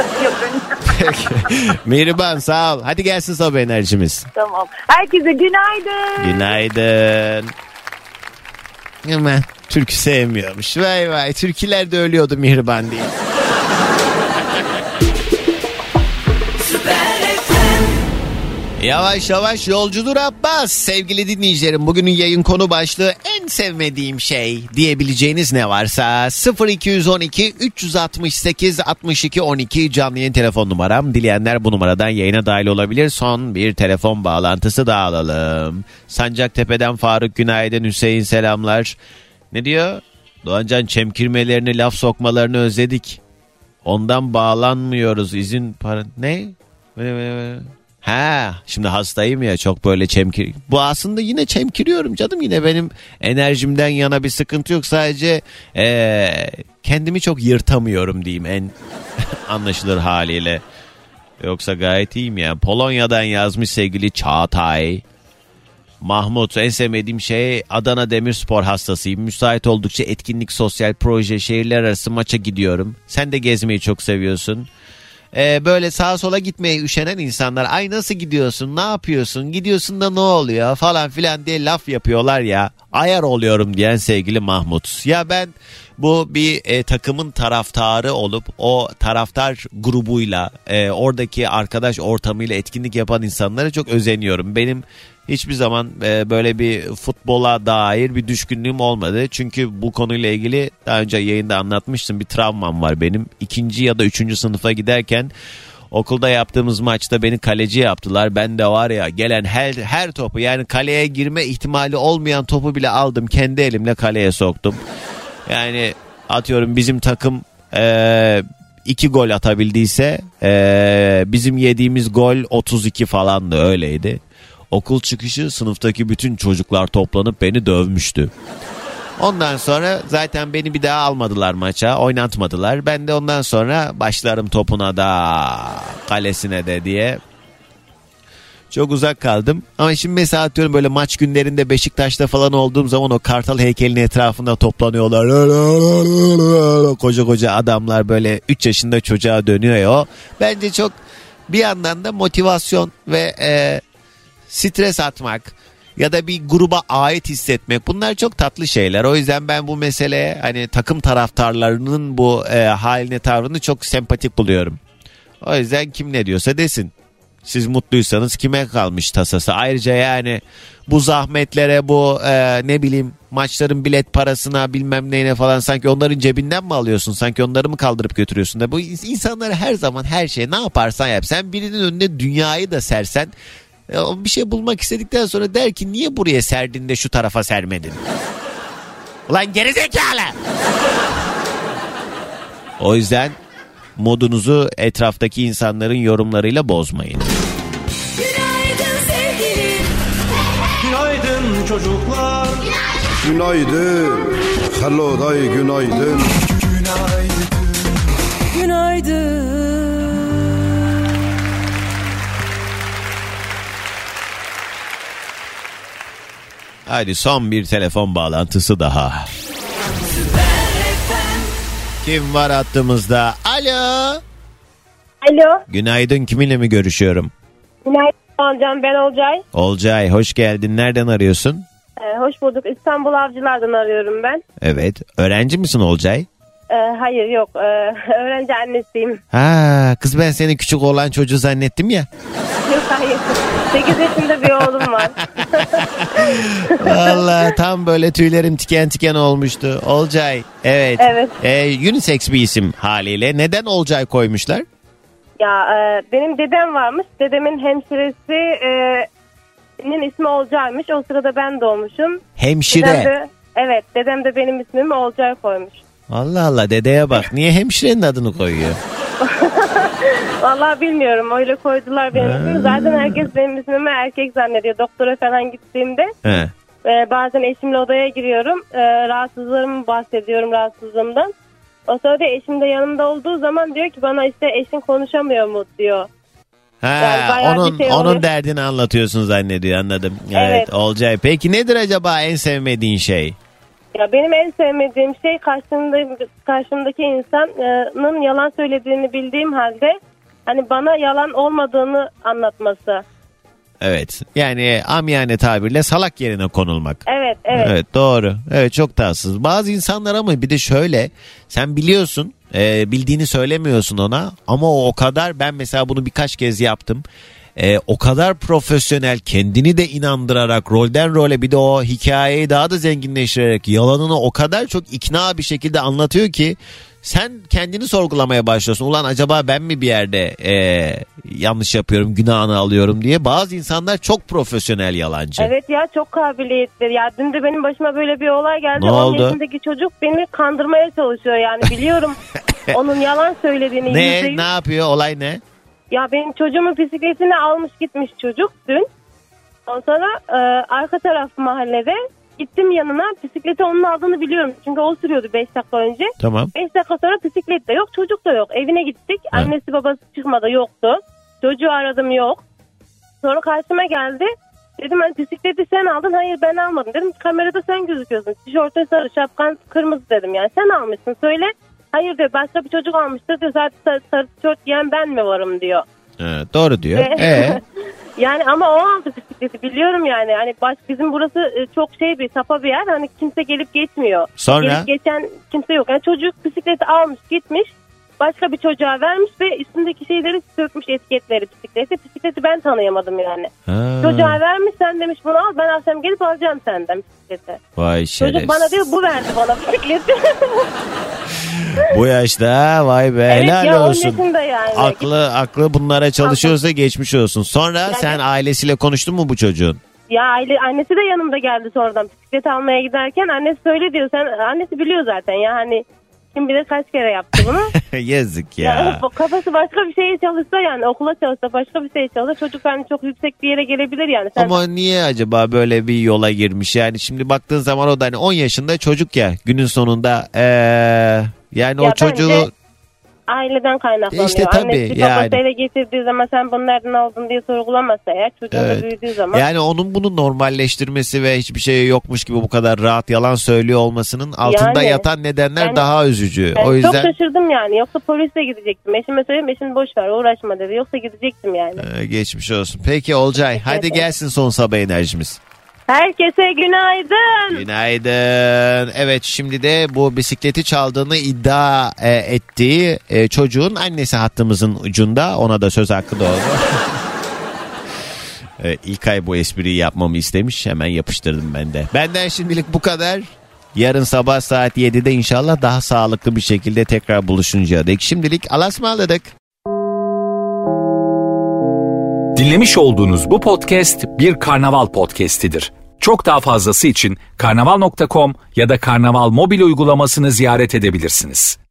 Mihriban sağ ol. Hadi gelsin sabah enerjimiz.
Tamam. Herkese günaydın.
Günaydın. Ama türkü sevmiyormuş. Vay vay, türküler de ölüyordu Mihriban diye. Yavaş yavaş yolcudur Abbas. Sevgili dinleyicilerim, bugünün yayın konu başlığı en sevmediğim şey diyebileceğiniz ne varsa 0212 368 62 12 canlı yayın telefon numaram. Dileyenler bu numaradan yayına dahil olabilir. Son bir telefon bağlantısı daha alalım. Sancaktepe'den Faruk günaydın. Hüseyin selamlar. Ne diyor? Doğancan çemkirmelerini, laf sokmalarını özledik. Ondan bağlanmıyoruz. İzin para... Ne? Şimdi hastayım ya, çok böyle çemkir. Bu aslında yine çemkiriyorum canım, yine benim enerjimden yana bir sıkıntı yok. Sadece kendimi çok yırtamıyorum diyeyim en anlaşılır haliyle. Yoksa gayet iyiyim ya. Polonya'dan yazmış sevgili Çağatay. Mahmut, en sevmediğim şey Adana Demirspor hastasıyım. Müsait oldukça etkinlik, sosyal proje, şehirler arası maça gidiyorum. Sen de gezmeyi çok seviyorsun. Böyle sağa sola gitmeye üşenen insanlar, ay nasıl gidiyorsun, ne yapıyorsun, gidiyorsun da ne oluyor falan filan diye laf yapıyorlar ya, ayar oluyorum diyen sevgili Mahmut. Ya ben bu bir takımın taraftarı olup o taraftar grubuyla oradaki arkadaş ortamıyla etkinlik yapan insanlara çok özeniyorum. Benim hiçbir zaman böyle bir futbola dair bir düşkünlüğüm olmadı. Çünkü bu konuyla ilgili daha önce yayında anlatmıştım, bir travmam var benim. 2. ya da 3. sınıfa giderken okulda yaptığımız maçta beni kaleci yaptılar. Ben de var ya, gelen her topu, yani kaleye girme ihtimali olmayan topu bile aldım. Kendi elimle kaleye soktum. Yani atıyorum bizim takım 2 gol atabildiyse bizim yediğimiz gol 32 falandı, öyleydi. Okul çıkışı sınıftaki bütün çocuklar toplanıp beni dövmüştü. Ondan sonra zaten beni bir daha almadılar maça, oynatmadılar. Ben de ondan sonra başlarım topuna da kalesine de diye çok uzak kaldım. Ama şimdi mesela atıyorum böyle maç günlerinde Beşiktaş'ta falan olduğum zaman o Kartal heykelinin etrafında toplanıyorlar. Koca koca adamlar, böyle 3 yaşında çocuğa dönüyor ya o. Bence çok bir yandan da motivasyon ve stres atmak ya da bir gruba ait hissetmek, bunlar çok tatlı şeyler. O yüzden ben bu meseleye, hani takım taraftarlarının bu haline, tavrını çok sempatik buluyorum. O yüzden kim ne diyorsa desin. Siz mutluysanız kime kalmış tasası? Ayrıca yani bu zahmetlere, bu ne bileyim maçların bilet parasına, bilmem neyine falan sanki onların cebinden mi alıyorsun? Sanki onları mı kaldırıp götürüyorsun da bu insanları her zaman her şey ne yaparsan yap. Sen birinin önüne dünyayı da sersen Bir şey bulmak istedikten sonra der ki niye buraya serdin de şu tarafa sermedin? Ulan gerizekalı. O yüzden modunuzu etraftaki insanların yorumlarıyla bozmayın.
Günaydın sevgilim.
Günaydın çocuklar.
Günaydın. Hello day günaydın.
Günaydın.
Hadi son bir telefon bağlantısı daha. Kim var hattımızda? Alo.
Alo.
Günaydın, kiminle mi görüşüyorum?
Günaydın Olcan, ben Olcay.
Olcay, hoş geldin. Nereden arıyorsun?
Hoş bulduk. İstanbul Avcılar'dan arıyorum ben.
Evet. Öğrenci misin Olcay?
Hayır yok. Öğrenci annesiyim.
Ha, kız ben seni küçük olan çocuğu zannettim ya.
Yok hayır. 8 yaşında bir oğlum var.
Vallahi tam böyle tüylerim tiken tiken olmuştu. Olcay. Evet.
Evet.
Unisex bir isim haliyle. Neden Olcay koymuşlar?
Ya benim dedem varmış. Dedemin hemşiresinin ismi Olcay'mış. O sırada ben doğmuşum.
Hemşire.
Dedem de benim ismimi Olcay koymuş.
Allah Allah, dedeye bak. Niye hemşirenin adını koyuyor?
Vallahi bilmiyorum. Öyle koydular benim ismimi. Zaten herkes benim ismimi erkek zannediyor. Doktora falan gittiğimde. Bazen eşimle odaya giriyorum. Rahatsızlığımı bahsediyorum, rahatsızlığımdan. O sırada eşim de yanımda olduğu zaman diyor ki bana işte eşin konuşamıyor mu diyor. Yani
onun derdini anlatıyorsun zannediyor, anladım. Evet. Olcay. Peki nedir acaba en sevmediğin şey?
Ya benim en sevmediğim şey karşımdaki insanın yalan söylediğini bildiğim halde hani bana yalan olmadığını anlatması.
Evet. Yani amiyane tabirle salak yerine konulmak.
Evet.
Evet, doğru. Evet, çok tatsız. Bazı insanlar ama bir de şöyle, sen biliyorsun, bildiğini söylemiyorsun ona ama o kadar, ben mesela bunu birkaç kez yaptım. O kadar profesyonel, kendini de inandırarak, rolden role bir de o hikayeyi daha da zenginleştirerek yalanını o kadar çok ikna bir şekilde anlatıyor ki sen kendini sorgulamaya başlıyorsun. Ulan acaba ben mi bir yerde yanlış yapıyorum, günahını alıyorum diye. Bazı insanlar çok profesyonel yalancı.
Evet ya, çok kabiliyetli. Ya dün de benim başıma böyle bir olay geldi.
Ne oldu?
10 yaşındaki çocuk beni kandırmaya çalışıyor yani, biliyorum onun yalan söylediğini.
Ne yapıyor, olay ne?
Ya benim çocuğumun bisikletini almış gitmiş çocuk dün. Ondan sonra arka taraf mahallede gittim yanına, bisikleti onun aldığını biliyorum. Çünkü o sürüyordu 5 dakika önce.
Tamam.
5 dakika sonra bisiklet de yok, çocuk da yok. Evine gittik.
Ha.
Annesi babası çıkmadı, yoktu. Çocuğu aradım, yok. Sonra karşıma geldi. Dedim hani bisikleti sen aldın. Hayır ben almadım. Dedim kamerada sen gözüküyorsun. Tişörtün sarı, şapkan kırmızı dedim. Yani sen almışsın, söyle. Hayır diyor, başka bir çocuk almıştır diyor. Zaten sarı tişört giyen ben mi varım diyor.
Doğru diyor.
Yani ama o aldı bisikleti, biliyorum yani. Hani bizim burası çok bir sapa bir yer. Hani kimse gelip geçmiyor.
Sonra?
Gelip geçen kimse yok. Yani çocuk bisikleti almış gitmiş. Başka bir çocuğa vermiş ve üstündeki şeyleri sökmüş, etiketleri bisikleti. Bisikleti ben tanıyamadım yani. Çocuğa vermiş, sen demiş bunu al, ben akşam gelip alacağım senden bisikleti.
Vay şerefsiz.
Çocuk bana diyor bu verdi bana bisikleti.
Bu yaşta vay be,
evet,
helal
ya,
olsun.
Yani.
Aklı bunlara çalışıyorsa geçmiş olsun. Sonra yani, sen ailesiyle konuştun mu bu çocuğun?
Ya annesi de yanımda geldi sonradan bisiklet almaya giderken. Annesi söyle diyor, annesi biliyor zaten ya, hani kim bilir kaç kere yaptı bunu.
Yazık ya.
Yani kafası başka bir şeye çalışsa, yani okula çalışsa, başka bir şeye çalışsa çocuk hani çok yüksek bir yere gelebilir yani.
Ama niye acaba böyle bir yola girmiş? Yani şimdi baktığın zaman o da hani 10 yaşında çocuk ya, günün sonunda yani ya o çocuğu
aileden kaynaklanıyor.
İşte tabii
annesi
yani.
babası eve getirdiği zaman sen bunu nereden aldın diye sorgulamazsa eğer, çocuğun da büyüdüğü zaman.
Yani onun bunu normalleştirmesi ve hiçbir şey yokmuş gibi bu kadar rahat yalan söylüyor olmasının altında yatan nedenler daha üzücü.
Ben
o yüzden
çok şaşırdım yani. Yoksa polisle gidecektim. Eşime söyleyeyim, eşim boş ver uğraşma dedi. Yoksa gidecektim yani.
Geçmiş olsun. Peki Olcay, hadi gelsin son sabah enerjimiz.
Herkese günaydın.
Günaydın. Evet, şimdi de bu bisikleti çaldığını iddia ettiği çocuğun annesi hattımızın ucunda. Ona da söz hakkı doğdu. İlkay bu espriyi yapmamı istemiş. Hemen yapıştırdım ben de. Benden şimdilik bu kadar. Yarın sabah saat 7'de inşallah daha sağlıklı bir şekilde tekrar buluşuncaya dek şimdilik alasmaladık.
Dinlemiş olduğunuz bu podcast bir Karnaval podcastidir. Çok daha fazlası için karnaval.com ya da Karnaval mobil uygulamasını ziyaret edebilirsiniz.